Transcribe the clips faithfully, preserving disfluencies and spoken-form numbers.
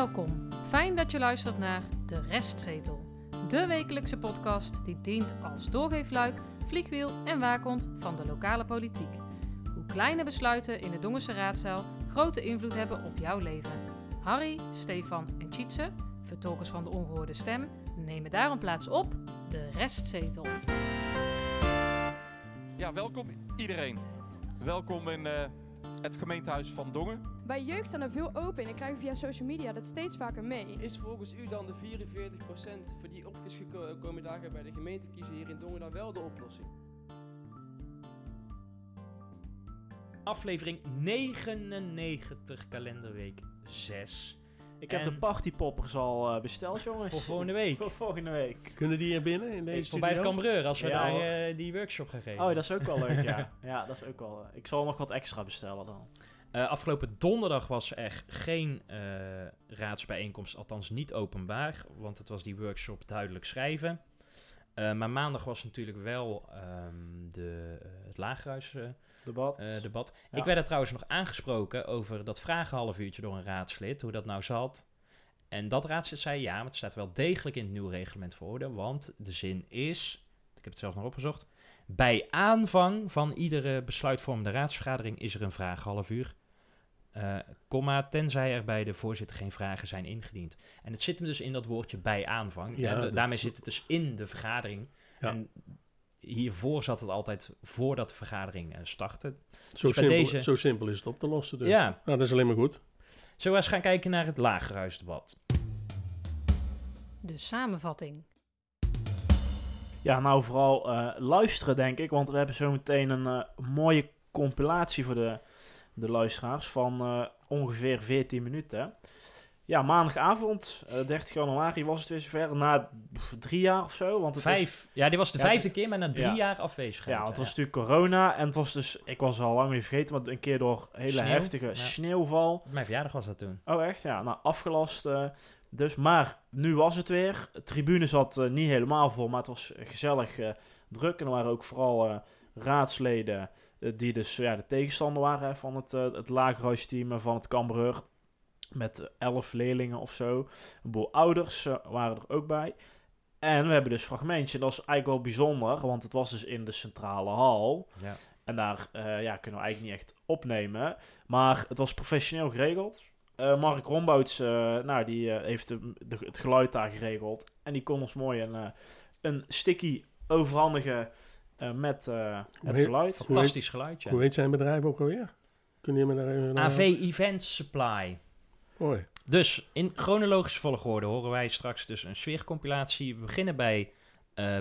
Welkom. Fijn dat je luistert naar De Restzetel. De wekelijkse podcast die dient als doorgeefluik, vliegwiel en waakhond van de lokale politiek. Hoe kleine besluiten in de Dongense raadzaal grote invloed hebben op jouw leven. Harry, Stefan en Tjitse, vertolkers van de ongehoorde stem, nemen daarom plaats op De Restzetel. Ja, welkom iedereen. Welkom in uh, het gemeentehuis van Dongen. Bij jeugd staan er veel open en ik krijg via social media dat steeds vaker mee. Is volgens u dan de vierenveertig procent voor die opgekomen dagen bij de gemeentekiezer hier in Dongen dan wel de oplossing? Aflevering negenennegentig, kalenderweek zes. Ik heb en de partypoppers al uh, besteld, jongens. Voor volgende week. Voor volgende week. Kunnen die hier binnen in deze Voorbij het Cambreur, als we Ja, daar uh, die workshop gaan geven. Oh, dat is ook wel leuk, ja. Ja, dat is ook wel... Ik zal nog wat extra bestellen dan. Uh, afgelopen donderdag was er geen uh, raadsbijeenkomst, althans niet openbaar, want het was die workshop duidelijk schrijven. Uh, maar maandag was natuurlijk wel um, de, uh, het Lagerhuis uh, debat. Uh, debat. Ja. Ik werd er trouwens nog aangesproken over dat vragenhalfuurtje door een raadslid, hoe dat nou zat. En dat raadslid zei ja, maar het staat wel degelijk in het nieuwe reglement voor orde, want de zin is, ik heb het zelf nog opgezocht, bij aanvang van iedere besluitvormende raadsvergadering is er een vragenhalfuur. Uh, comma, tenzij er bij de voorzitter geen vragen zijn ingediend. En het zit hem dus in dat woordje bij aanvang. Ja, en de, dat... daarmee zit het dus in de vergadering. Ja. En hiervoor zat het altijd voordat de vergadering uh, startte. Zo, dus simpel, deze... zo simpel is het op te lossen dus. Ja. Nou, dat is alleen maar goed. Zullen we eens gaan kijken naar het Lagerhuisdebat. De samenvatting. Ja, nou vooral uh, luisteren denk ik, want we hebben zo meteen een uh, mooie compilatie voor de... de luisteraars van uh, ongeveer veertien minuten. Ja, maandagavond, uh, dertig januari was het weer zover. Na pff, drie jaar of zo. Want het Vijf. Was, ja, dit was de ja, vijfde het, keer, maar na drie ja. jaar afwezigheid. Ja, het was ja. natuurlijk corona. En het was dus, ik was al lang weer vergeten, maar een keer door hele Sneeuw. heftige Ja. sneeuwval. Mijn verjaardag was dat toen. Oh echt? Ja, nou afgelast. Uh, dus, maar nu was het weer. De tribune zat uh, niet helemaal vol, maar het was gezellig uh, druk. En er waren ook vooral uh, raadsleden... die dus ja, de tegenstander waren hè, van het, uh, het Lagerhuisteam van het Cambreur. Met elf leerlingen of zo. Een boel ouders uh, waren er ook bij. En we hebben dus fragmentje. Dat is eigenlijk wel bijzonder. Want het was dus in de centrale hal. Ja. En daar uh, ja, kunnen we eigenlijk niet echt opnemen. Maar het was professioneel geregeld. Uh, Mark Rombouts, uh, nou, die uh, heeft de, de, het geluid daar geregeld. En die kon ons mooi een, uh, een sticky overhandigen... Uh, met uh, het heet, geluid. Fantastisch geluid, ja. Hoe heet zijn bedrijf ook alweer? Kun je me daar even... A V Events Supply. Mooi. Dus in chronologische volgorde horen wij straks dus een sfeercompilatie. We beginnen bij uh,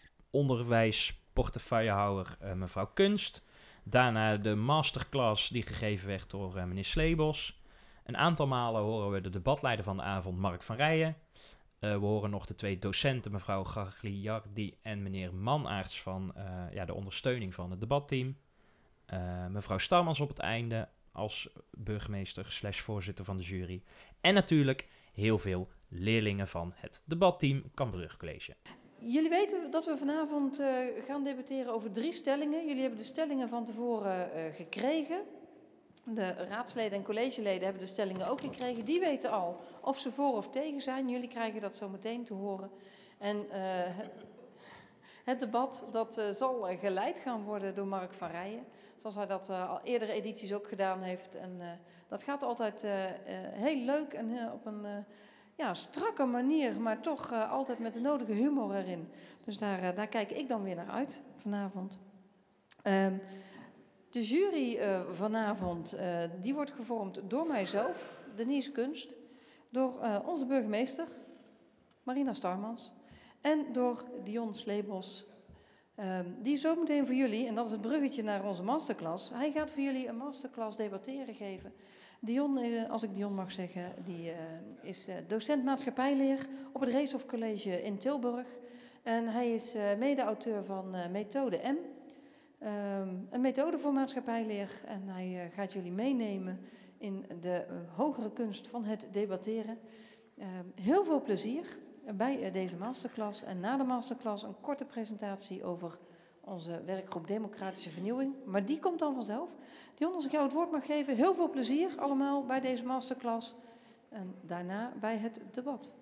onderwijsportefeuillehouder uh, mevrouw Kunst. Daarna de masterclass die gegeven werd door uh, meneer Sleebos. Een aantal malen horen we de debatleider van de avond, Mark van Rijen. Uh, we horen nog de twee docenten, mevrouw Gagliardi en meneer Manaerts van uh, ja, de ondersteuning van het debatteam. Uh, mevrouw Starmans op het einde als burgemeester slash voorzitter van de jury. En natuurlijk heel veel leerlingen van het debatteam Cambreur College. Jullie weten dat we vanavond uh, gaan debatteren over drie stellingen. Jullie hebben de stellingen van tevoren uh, gekregen. De raadsleden en collegeleden hebben de stellingen ook gekregen. Die weten al of ze voor of tegen zijn. Jullie krijgen dat zo meteen te horen. En uh, het, het debat dat uh, zal uh, geleid gaan worden door Mark van Rijen. Zoals hij dat uh, al eerdere edities ook gedaan heeft. En uh, dat gaat altijd uh, uh, heel leuk en uh, op een uh, ja, strakke manier. Maar toch uh, altijd met de nodige humor erin. Dus daar, uh, daar kijk ik dan weer naar uit vanavond. Um, De jury uh, vanavond, uh, die wordt gevormd door mijzelf, Denise Kunst, door uh, onze burgemeester, Marina Starmans, en door Dion Sleebos. Uh, die zometeen voor jullie, en dat is het bruggetje naar onze masterclass, hij gaat voor jullie een masterclass debatteren geven. Dion, uh, als ik Dion mag zeggen, die uh, is uh, docent maatschappijleer op het Reeshof College in Tilburg. En hij is uh, mede-auteur van uh, Methode M. Um, een methode voor maatschappijleer en hij uh, gaat jullie meenemen in de uh, hogere kunst van het debatteren. Uh, heel veel plezier bij uh, deze masterclass en na de masterclass een korte presentatie over onze werkgroep Democratische Vernieuwing. Maar die komt dan vanzelf. Dion, als ik jou het woord mag geven, heel veel plezier allemaal bij deze masterclass. En daarna bij het debat.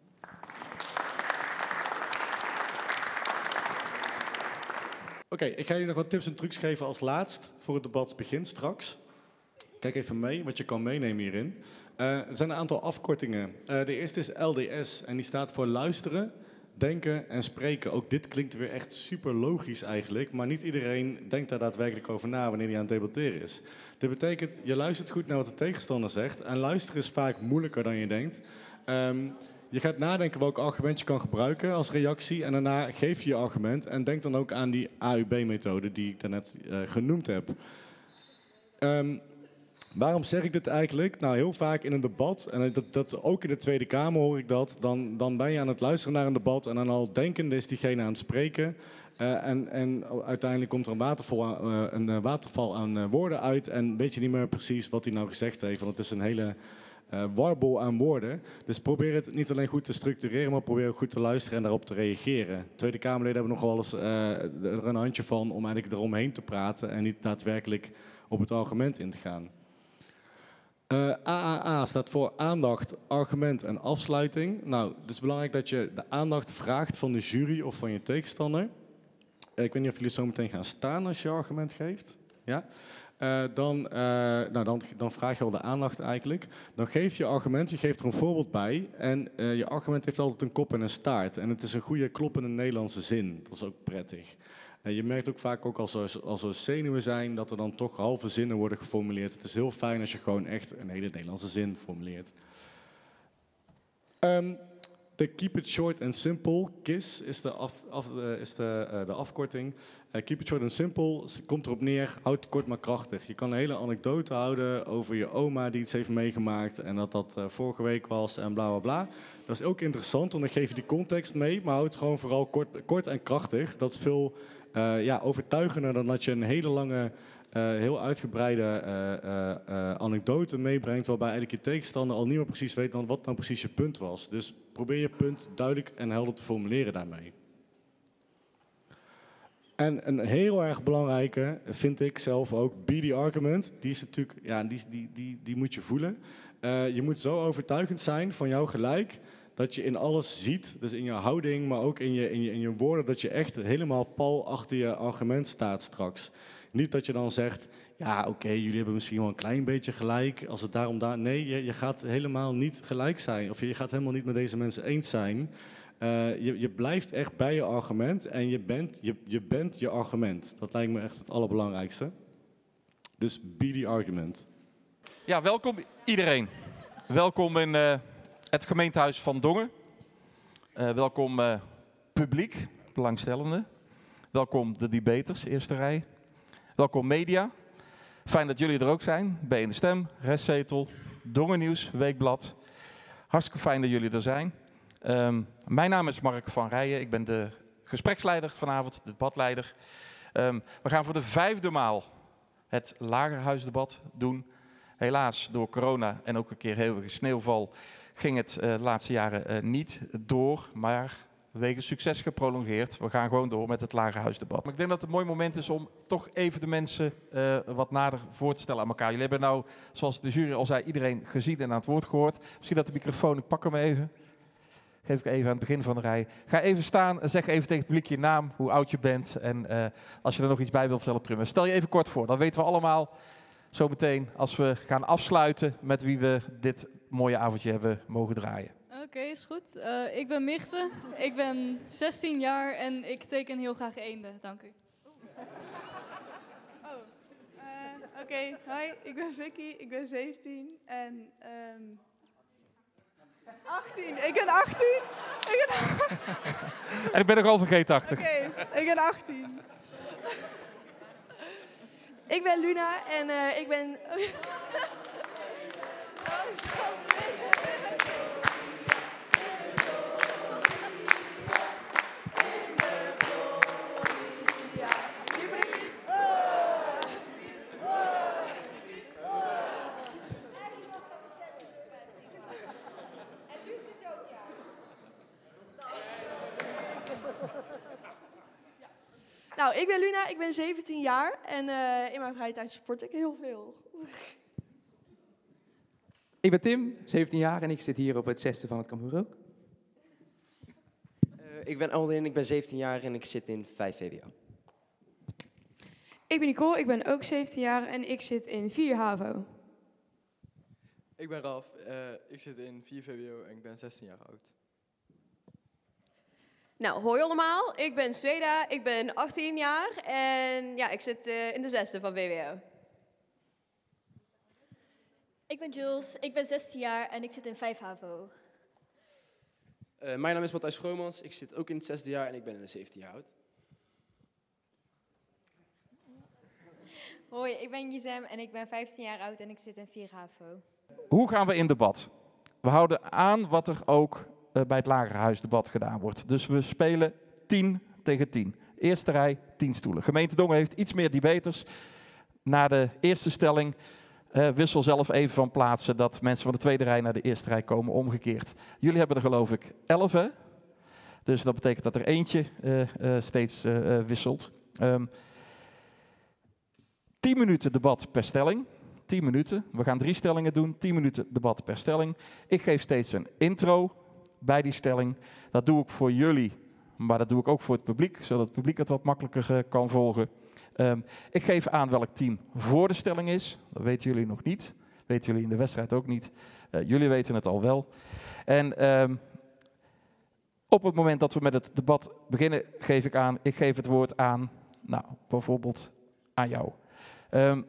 Oké, okay, ik ga jullie nog wat tips en trucs geven als laatst voor het debat begint straks. Kijk even mee wat je kan meenemen hierin. Uh, er zijn een aantal afkortingen. Uh, de eerste is L D S en die staat voor luisteren, denken en spreken. Ook dit klinkt weer echt super logisch eigenlijk, maar niet iedereen denkt daar daadwerkelijk over na wanneer hij aan het debatteren is. Dit betekent, je luistert goed naar wat de tegenstander zegt en luisteren is vaak moeilijker dan je denkt. Um, je gaat nadenken welk argument je kan gebruiken als reactie en daarna geef je je argument en denk dan ook aan die A U B-methode die ik daarnet uh, genoemd heb. Um, Waarom zeg ik dit eigenlijk? Nou, heel vaak in een debat, en dat, dat, ook in de Tweede Kamer hoor ik dat, dan, dan ben je aan het luisteren naar een debat en dan al denkende is diegene aan het spreken. Uh, en, en uiteindelijk komt er een waterval, uh, een waterval aan uh, woorden uit en weet je niet meer precies wat hij nou gezegd heeft, want het is een hele uh, warbel aan woorden. Dus probeer het niet alleen goed te structureren, maar probeer ook goed te luisteren en daarop te reageren. Tweede Kamerleden hebben nog wel eens uh, er een handje van om eigenlijk eromheen te praten en niet daadwerkelijk op het argument in te gaan. Uh, A A A staat voor aandacht, argument en afsluiting. Nou, het is belangrijk dat je de aandacht vraagt van de jury of van je tegenstander. Uh, ik weet niet of jullie zo meteen gaan staan als je argument geeft. Ja? Uh, dan, uh, nou, dan, dan vraag je al de aandacht eigenlijk. Dan geef je argument, je geeft er een voorbeeld bij. En uh, je argument heeft altijd een kop en een staart. En het is een goede kloppende Nederlandse zin. Dat is ook prettig. En je merkt ook vaak ook als er, als er zenuwen zijn, dat er dan toch halve zinnen worden geformuleerd. Het is heel fijn als je gewoon echt een hele Nederlandse zin formuleert. Um, de Keep It Short and Simple, K I S, is de, af, af, uh, is de, uh, de afkorting. Uh, keep It Short and Simple komt erop neer, houd kort maar krachtig. Je kan een hele anekdote houden over je oma die iets heeft meegemaakt en dat dat uh, vorige week was en bla bla bla. Dat is ook interessant, want dan geef je die context mee, maar houd het gewoon vooral kort, kort en krachtig. Dat is veel uh, ja, overtuigender dan dat je een hele lange, uh, heel uitgebreide uh, uh, uh, anekdote meebrengt, waarbij eigenlijk je tegenstander al niet meer precies weet dan wat nou precies je punt was. Dus probeer je punt duidelijk en helder te formuleren daarmee. En een heel erg belangrijke, vind ik zelf ook, B D argument. Die is natuurlijk, ja, die, die, die, die moet je voelen. Uh, je moet zo overtuigend zijn van jouw gelijk, dat je in alles ziet, dus in je houding, maar ook in je, in je, in je woorden, dat je echt helemaal pal achter je argument staat straks. Niet dat je dan zegt, ja oké, okay, jullie hebben misschien wel een klein beetje gelijk, als het daarom daar... Nee, je, je gaat helemaal niet gelijk zijn, of je gaat helemaal niet met deze mensen eens zijn. Uh, je, je blijft echt bij je argument en je bent je, je bent je argument. Dat lijkt me echt het allerbelangrijkste. Dus be the argument. Ja, welkom iedereen. Welkom in uh, het gemeentehuis van Dongen. Uh, welkom uh, publiek, belangstellenden. Welkom de debaters, eerste rij. Welkom media. Fijn dat jullie er ook zijn. B N De Stem, Restzetel, Dongen Nieuws, Weekblad. Hartstikke fijn dat jullie er zijn. Um, mijn naam is Mark van Rijen. Ik ben de gespreksleider vanavond, de debatleider. Um, we gaan voor de vijfde maal het Lagerhuisdebat doen. Helaas door corona en ook een keer hevige sneeuwval ging het uh, de laatste jaren uh, niet door, maar wegens succes geprolongeerd. We gaan gewoon door met het Lagerhuisdebat. Maar ik denk dat het een mooi moment is om toch even de mensen uh, wat nader voor te stellen aan elkaar. Jullie hebben nou, zoals de jury al zei, iedereen gezien en aan het woord gehoord. Misschien dat de microfoon, ik pak hem even. Geef ik even aan het begin van de rij. Ga even staan en zeg even tegen het publiek je naam, hoe oud je bent. En uh, als je er nog iets bij wilt vertellen, prima. Stel je even kort voor, dan weten we allemaal zometeen als we gaan afsluiten met wie we dit mooie avondje hebben mogen draaien. Oké, okay, is goed. Uh, ik ben Michte, ik ben zestien jaar en ik teken heel graag eenden. Dank u. Oh, uh, oké. Okay. Hi, ik ben Vicky, ik ben zeventien en... Um achttien. Ik ben achttien. Ik ben... En ik ben nog al vergeetachtig. Oké, okay, ik ben achttien. Ik ben Luna en uh, ik ben... Nou, ik ben Luna, ik ben zeventien jaar en uh, in mijn vrije tijd sport ik heel veel. Ik ben Tim, zeventien jaar en ik zit hier op het zesde van het Cambuur ook. Uh, ik ben Aldin, ik ben zeventien jaar en ik zit in vijf V W O. Ik ben Nicole, ik ben ook zeventien jaar en ik zit in vier H A V O. Ik ben Ralf, uh, ik zit in vier V W O en ik ben zestien jaar oud. Nou, hoi allemaal. Ik ben Sweda, ik ben achttien jaar en ja, ik zit uh, in de zesde van V W O. Ik ben Jules, ik ben zestien jaar en ik zit in vijf H A V O. Uh, mijn naam is Matthijs Vromans, ik zit ook in het zesde jaar en ik ben in de zeventien jaar oud. Hoi, ik ben Gizem en ik ben vijftien jaar oud en ik zit in vier H A V O. Hoe gaan we in debat? We houden aan wat er ook uh, bij het Lagerhuisdebat gedaan wordt. Dus we spelen tien tegen tien. Eerste rij, tien stoelen. Gemeente Dongen heeft iets meer debaters. Na de eerste stelling uh, wissel zelf even van plaatsen dat mensen van de tweede rij naar de eerste rij komen, omgekeerd. Jullie hebben er geloof ik elf, hè? Dus dat betekent dat er eentje uh, uh, steeds uh, uh, wisselt. Um, tien minuten debat per stelling. tien minuten. We gaan drie stellingen doen. tien minuten debat per stelling. Ik geef steeds een intro bij die stelling. Dat doe ik voor jullie, maar dat doe ik ook voor het publiek, zodat het publiek het wat makkelijker uh, kan volgen. Um, ik geef aan welk team voor de stelling is. Dat weten jullie nog niet. Weten jullie in de wedstrijd ook niet. Uh, jullie weten het al wel. En um, op het moment dat we met het debat beginnen, geef ik aan, ik geef het woord aan, nou, bijvoorbeeld aan jou. Um,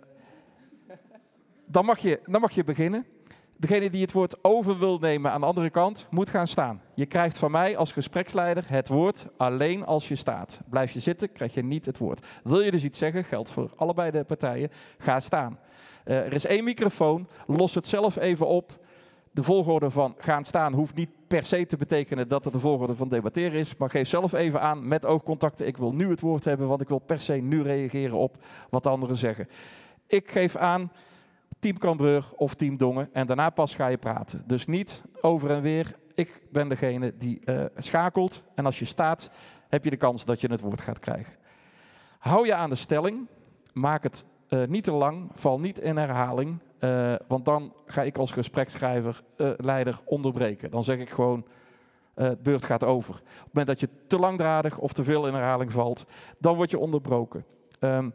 dan, mag je, dan mag je beginnen. Degene die het woord over wil nemen aan de andere kant, moet gaan staan. Je krijgt van mij als gespreksleider het woord alleen als je staat. Blijf je zitten, krijg je niet het woord. Wil je dus iets zeggen, geldt voor allebei de partijen, ga staan. Uh, er is één microfoon, los het zelf even op. De volgorde van gaan staan hoeft niet per se te betekenen dat het de volgorde van debatteren is. Maar geef zelf even aan met oogcontacten, ik wil nu het woord hebben, want ik wil per se nu reageren op wat de anderen zeggen. Ik geef aan team Cambuur of team Dongen en daarna pas ga je praten. Dus niet over en weer. Ik ben degene die uh, schakelt en als je staat heb je de kans dat je het woord gaat krijgen. Hou je aan de stelling, maak het uh, niet te lang, val niet in herhaling. Uh, want dan ga ik als gespreksschrijver, uh, leider onderbreken. Dan zeg ik gewoon, uh, het beurt gaat over. Op het moment dat je te langdradig of te veel in herhaling valt, dan word je onderbroken. Um,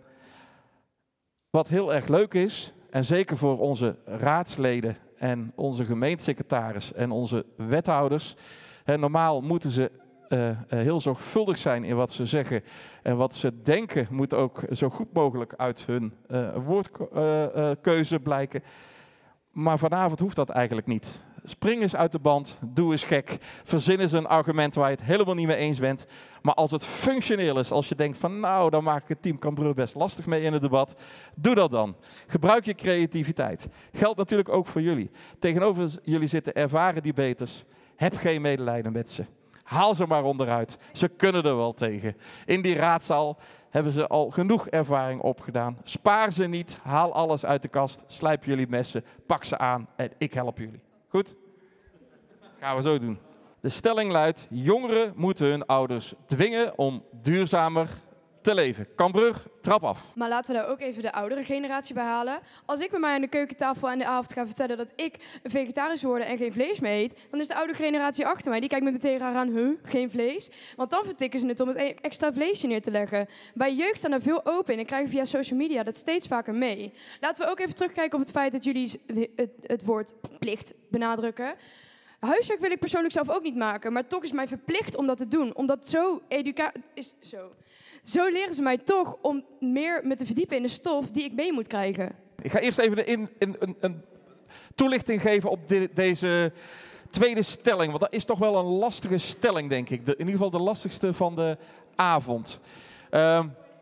wat heel erg leuk is, en zeker voor onze raadsleden en onze gemeentesecretaris en onze wethouders. Hè, normaal moeten ze uh, uh, heel zorgvuldig zijn in wat ze zeggen. En wat ze denken moet ook zo goed mogelijk uit hun uh, woordkeuze uh, uh, blijken. Maar vanavond hoeft dat eigenlijk niet. Spring eens uit de band, doe eens gek, verzin eens een argument waar je het helemaal niet mee eens bent. Maar als het functioneel is, als je denkt van nou, dan maak ik het team Cambuur best lastig mee in het debat, doe dat dan. Gebruik je creativiteit. Geldt natuurlijk ook voor jullie. Tegenover jullie zitten ervaren debaters. Heb geen medelijden met ze. Haal ze maar onderuit. Ze kunnen er wel tegen. In die raadzaal hebben ze al genoeg ervaring opgedaan. Spaar ze niet, haal alles uit de kast, slijp jullie messen, pak ze aan en ik help jullie. Goed? Gaan we zo doen. De stelling luidt, jongeren moeten hun ouders dwingen om duurzamer te leven. Cambuur, trap af. Maar laten we daar ook even de oudere generatie bij halen. Als ik bij mij aan de keukentafel aan de avond ga vertellen dat ik een vegetarisch word en geen vlees meer eet, dan is de oudere generatie achter mij. Die kijkt me meteen raar aan, huh, geen vlees? Want dan vertikken ze het om het extra vleesje neer te leggen. Bij jeugd staan er veel open in en krijgen via social media dat steeds vaker mee. Laten we ook even terugkijken op het feit dat jullie het, het woord plicht benadrukken. Huiswerk wil ik persoonlijk zelf ook niet maken, maar toch is mij verplicht om dat te doen. Omdat zo educa- is zo. Zo leren ze mij toch om meer me te verdiepen in de stof die ik mee moet krijgen. Ik ga eerst even een, een, een, een toelichting geven op de, deze tweede stelling. Want dat is toch wel een lastige stelling, denk ik. De, in ieder geval de lastigste van de avond. Uh,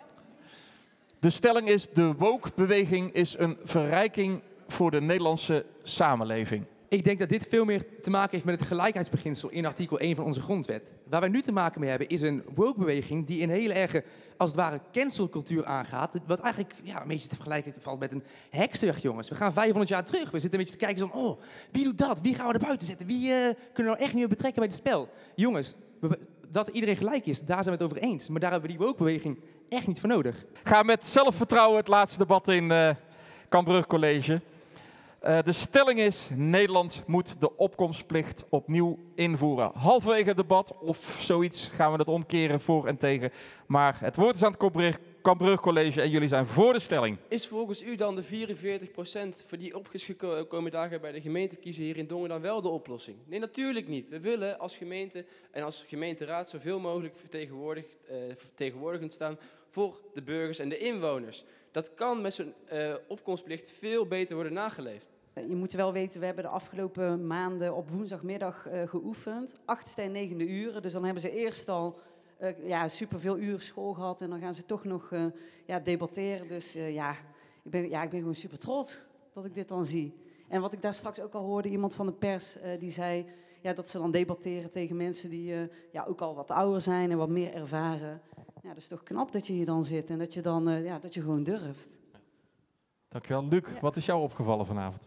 de stelling is, de woke-beweging is een verrijking voor de Nederlandse samenleving. Ik denk dat dit veel meer te maken heeft met het gelijkheidsbeginsel in artikel één van onze grondwet. Waar wij nu te maken mee hebben is een woke-beweging die een hele erge, als het ware, cancelcultuur aangaat. Wat eigenlijk ja, een beetje te vergelijken valt met een heksenjacht, jongens. We gaan vijfhonderd jaar terug. We zitten een beetje te kijken van, oh, wie doet dat? Wie gaan we er buiten zetten? Wie uh, kunnen we nou echt niet meer betrekken bij het spel? Jongens, we, dat iedereen gelijk is, daar zijn we het over eens. Maar daar hebben we die woke-beweging echt niet voor nodig. Ga met zelfvertrouwen het laatste debat in uh, Cambuur College. Uh, de stelling is, Nederland moet de opkomstplicht opnieuw invoeren. Halverwege het debat of zoiets gaan we het omkeren voor en tegen. Maar het woord is aan het Cambreur College en jullie zijn voor de stelling. Is volgens u dan de vierenveertig procent voor die opgekomen dagen bij de gemeentekiezer hier in Dongen dan wel de oplossing? Nee, natuurlijk niet. We willen als gemeente en als gemeenteraad zoveel mogelijk vertegenwoordigd, uh, vertegenwoordigend staan voor de burgers en de inwoners. Dat kan met zo'n uh, opkomstplicht veel beter worden nageleefd. Je moet wel weten, we hebben de afgelopen maanden op woensdagmiddag uh, geoefend. Achtste en negende uren. Dus dan hebben ze eerst al uh, ja, superveel uren school gehad. En dan gaan ze toch nog uh, ja, debatteren. Dus uh, ja, ik ben, ja, ik ben gewoon super trots dat ik dit dan zie. En wat ik daar straks ook al hoorde, iemand van de pers, uh, die zei ja, dat ze dan debatteren tegen mensen die uh, ja, ook al wat ouder zijn en wat meer ervaren. Ja, dat is toch knap dat je hier dan zit en dat je dan uh, ja, dat je gewoon durft. Dankjewel. Luc, Ja. wat is jou opgevallen vanavond?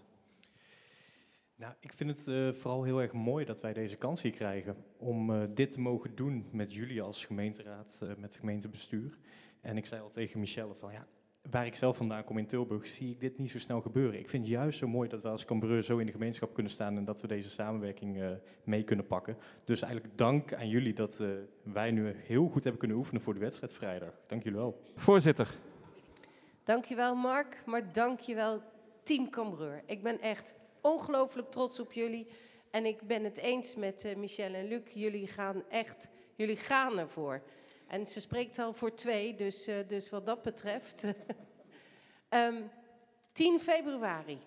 Nou, ik vind het uh, vooral heel erg mooi dat wij deze kans hier krijgen om uh, dit te mogen doen met jullie als gemeenteraad, uh, met het gemeentebestuur. En ik zei al tegen Michelle van ja, waar ik zelf vandaan kom in Tilburg, zie ik dit niet zo snel gebeuren. Ik vind het juist zo mooi dat we als Cambreur zo in de gemeenschap kunnen staan en dat we deze samenwerking uh, mee kunnen pakken. Dus eigenlijk dank aan jullie dat uh, wij nu heel goed hebben kunnen oefenen voor de wedstrijd vrijdag. Dank jullie wel. Voorzitter. Dankjewel Mark, maar dankjewel Team Cambreur. Ik ben echt ongelooflijk trots op jullie. En ik ben het eens met uh, Michel en Luc. Jullie gaan echt, jullie gaan ervoor. En ze spreekt al voor twee, dus, uh, dus wat dat betreft. um, tien februari.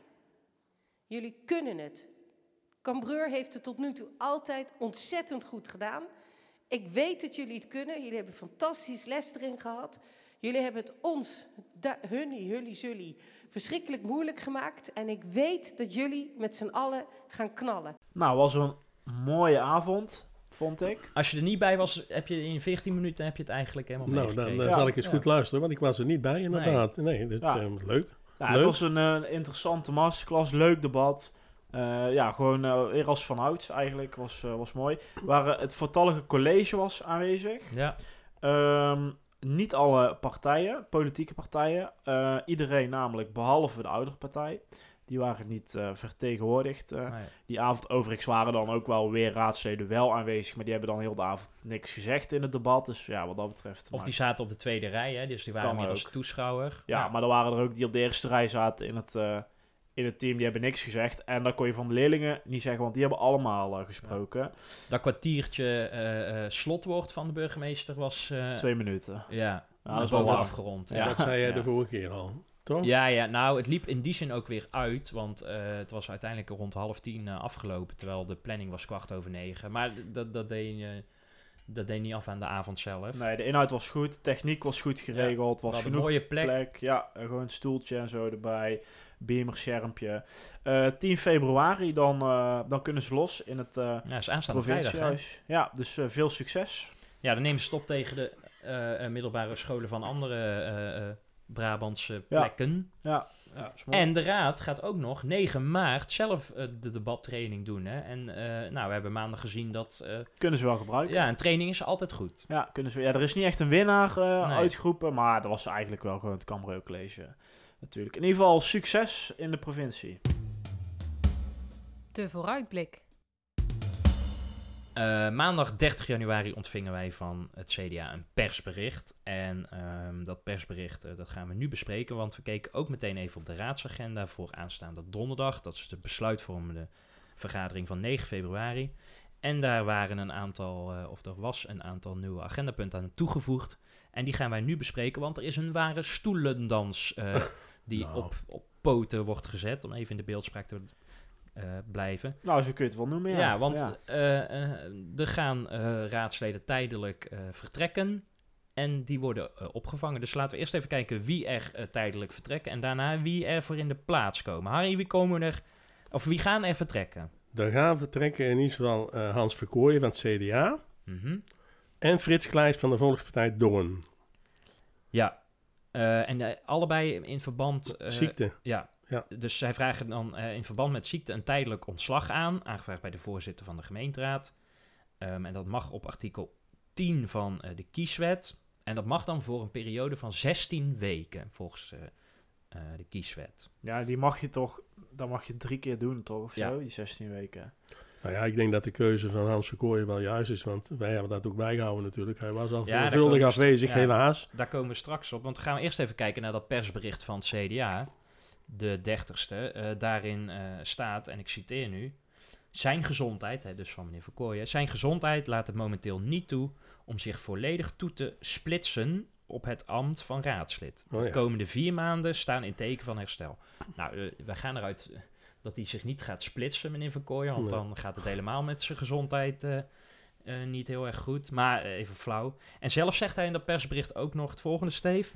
Jullie kunnen het. Cambreur heeft het tot nu toe altijd ontzettend goed gedaan. Ik weet dat jullie het kunnen. Jullie hebben fantastisch les erin gehad. Jullie hebben het ons, da, hunnie, jullie, jullie, verschrikkelijk moeilijk gemaakt. En ik weet dat jullie met z'n allen gaan knallen. Nou, was een mooie avond, vond ik. Als je er niet bij was, heb je in veertien minuten heb je het eigenlijk helemaal Nou, meegekregen. dan uh, Ja. zal ik eens Ja. goed luisteren, want ik was er niet bij inderdaad. Nee, nee dit, Ja. uh, leuk. Ja, leuk. het was een uh, interessante masterclass, leuk debat. Uh, ja, gewoon uh, weer als vanouds eigenlijk, was, uh, was mooi. Waar uh, het voltallige college was aanwezig. Ja. Um, niet alle partijen, politieke partijen. Uh, iedereen namelijk, behalve de oudere partij. Die waren niet uh, vertegenwoordigd. Uh, Nee. Die avond overigens waren dan ook wel weer raadsleden wel aanwezig. Maar die hebben dan heel de avond niks gezegd in het debat. Dus ja, wat dat betreft. Of die zaten op de tweede rij, hè? Dus die waren Kan meer als ook. toeschouwer. Ja, maar er waren er ook die op de eerste rij zaten in het, uh, in het team. Die hebben niks gezegd. En dat kon je van de leerlingen niet zeggen, want die hebben allemaal uh, gesproken. Ja. Dat kwartiertje uh, uh, slotwoord van de burgemeester was... Uh, Twee minuten. Ja, Ja, dat is wel boven lang. afgerond. Ja, dat zei jij ja. de vorige keer al, toch? Ja, ja, nou, het liep in die zin ook weer uit, want uh, het was uiteindelijk rond half tien uh, afgelopen, terwijl de planning was kwart over negen. Maar dat, dat, deed, uh, dat deed niet af aan de avond zelf. Nee, de inhoud was goed, techniek was goed geregeld, Ja, was we hadden genoeg een mooie plek. Ja, uh, gewoon een stoeltje en zo erbij, beamerschermpje. Uh, tien februari, dan, uh, dan kunnen ze los in het uh, Ja, is aanstaande vrijdag, hè? provinciehuis. Ja, dus uh, veel succes. Ja, dan nemen ze het op tegen de uh, uh, middelbare scholen van andere uh, uh, Brabantse Ja. plekken. Ja, ja, is mooi. En de raad gaat ook nog negen maart zelf uh, de debattraining doen. Hè? En uh, nou, we hebben maandag gezien dat... Uh, Kunnen ze wel gebruiken. Ja, een training is altijd goed. Ja, kunnen ze, ja, er is niet echt een winnaar uh, Nee. uitgeroepen, maar dat was eigenlijk wel gewoon het Cambreur College natuurlijk. In ieder geval succes in de provincie. De vooruitblik. Uh, maandag dertig januari ontvingen wij van het C D A een persbericht. En um, dat persbericht uh, dat gaan we nu bespreken, want we keken ook meteen even op de raadsagenda voor aanstaande donderdag. Dat is de besluitvormende vergadering van negen februari. En daar waren een aantal, uh, of er was een aantal nieuwe agendapunten aan toegevoegd. En die gaan wij nu bespreken, want er is een ware stoelendans uh, die Nou. op, op poten wordt gezet, om even in de beeldspraak te Uh, blijven. Nou, zo kun je het wel noemen, ja. Ja, want Ja. uh, uh, er gaan uh, raadsleden tijdelijk uh, vertrekken en die worden uh, opgevangen. Dus laten we eerst even kijken wie er uh, tijdelijk vertrekken en daarna wie er voor in de plaats komen. Harry, wie komen er, of wie gaan er vertrekken? Er gaan vertrekken in ieder geval uh, Hans Verkooyen van het C D A Mm-hmm. en Frits Kleijs van de Volkspartij Dongen. Ja, uh, en uh, allebei in verband... Uh, Ziekte. Ja. Ja. Dus zij vragen dan uh, in verband met ziekte een tijdelijk ontslag aan, aangevraagd bij de voorzitter van de gemeenteraad. Um, en dat mag op artikel tien van uh, de kieswet. En dat mag dan voor een periode van zestien weken, volgens uh, uh, de kieswet. Ja, die mag je toch, dat mag je drie keer doen, toch? Of Ja. zo, die zestien weken. Nou ja, ik denk dat de keuze van Hans Verkooyen wel juist is, want wij hebben dat ook bijgehouden natuurlijk. Hij was al Ja, daar veelvuldig komen we st- afwezig, ja, helaas. Daar komen we straks op, want we gaan eerst even kijken naar dat persbericht van het C D A, de dertigste. Uh, daarin uh, staat, en ik citeer nu, zijn gezondheid, hè, dus van meneer Verkooyen, zijn gezondheid laat het momenteel niet toe om zich volledig toe te splitsen op het ambt van raadslid. Oh ja. De komende vier maanden staan in teken van herstel. Nou, uh, wij gaan eruit uh, dat hij zich niet gaat splitsen, meneer Verkooyen, want Nee. dan gaat het helemaal met zijn gezondheid uh, uh, niet heel erg goed. Maar uh, even flauw. En zelf zegt hij in dat persbericht ook nog het volgende, Steef.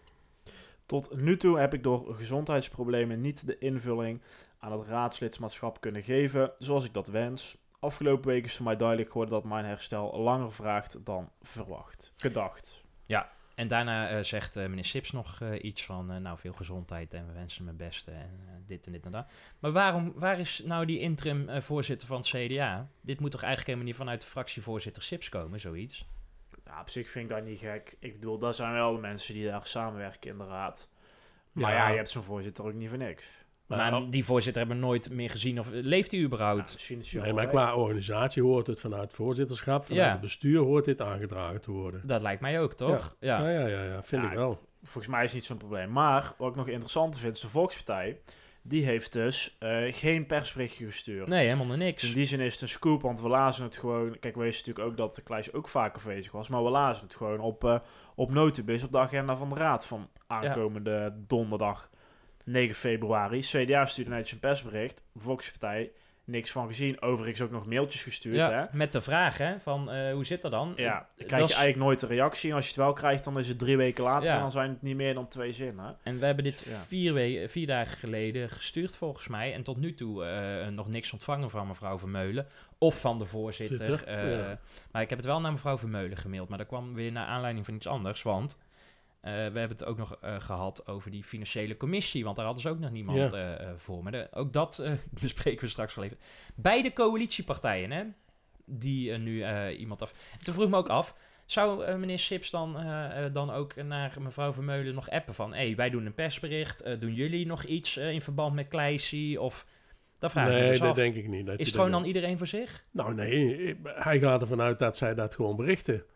Tot nu toe heb ik door gezondheidsproblemen niet de invulling aan het raadslidmaatschap kunnen geven zoals ik dat wens. Afgelopen week is voor mij duidelijk geworden dat mijn herstel langer vraagt dan verwacht. Gedacht. Ja, en daarna uh, zegt uh, meneer Sips nog uh, iets van, uh, nou, veel gezondheid en we wensen hem het beste en uh, dit en dit en dat. Maar waarom, waar is nou die interim uh, voorzitter van het C D A? Dit moet toch eigenlijk helemaal niet vanuit de fractievoorzitter Sips komen, zoiets? Ja, op zich vind ik dat niet gek. Ik bedoel, dat zijn wel de mensen die daar samenwerken in de raad. Maar ja, Ja. je hebt zo'n voorzitter ook niet voor niks. Maar, Maar- die voorzitter hebben we nooit meer gezien, of leeft hij überhaupt? Misschien is hij Nee, al maar weg. qua organisatie hoort het vanuit het voorzitterschap, vanuit Ja. het bestuur hoort dit aangedragen te worden. Dat lijkt mij ook, toch? Ja, ja, ja, ja, ja, vind Ja, ik wel. Volgens mij is het niet zo'n probleem. Maar wat ik nog interessanter vind, is de Volkspartij. Die heeft dus uh, geen persberichtje gestuurd. Nee, helemaal niks. In die zin is het een scoop, want we lazen het gewoon... Kijk, we wisten natuurlijk ook dat de Kleijs ook vaak afwezig was. Maar we lazen het gewoon op, uh, op notubis op de agenda van de raad van aankomende donderdag negen februari. C D A stuurde netjes een persbericht. Volkspartij, niks van gezien. Overigens ook nog mailtjes gestuurd, Ja, hè? met de vraag, hè, van uh, hoe zit dat dan? Ja, Uh, dan krijg dat je is- eigenlijk nooit een reactie. En als je het wel krijgt, dan is het drie weken later. Ja. En dan zijn het niet meer dan twee zinnen. En we hebben dit Dus, ja. vier, we- vier dagen geleden gestuurd volgens mij. En tot nu toe uh, nog niks ontvangen van mevrouw Vermeulen. Of van de voorzitter. Zit er? Uh, Ja. Maar ik heb het wel naar mevrouw Vermeulen gemaild. Maar dat kwam weer naar aanleiding van iets anders. Want uh, we hebben het ook nog uh, gehad over die financiële commissie. Want daar hadden ze ook nog niemand Ja. uh, uh, voor. Maar de, ook dat uh, bespreken we straks wel even. Beide coalitiepartijen, hè. Die uh, nu uh, iemand af... En toen vroeg ik me ook af... Zou uh, meneer Sips dan, uh, uh, dan ook naar mevrouw Vermeulen nog appen van... hé, hey, wij doen een persbericht, uh, doen jullie nog iets uh, in verband met Kleijsie? Of dat vraag ik me Nee, dus dat af. denk ik niet. Dat Is hij het gewoon dat dan iedereen voor zich? Nou nee, ik- hij gaat ervan uit dat zij dat gewoon berichten.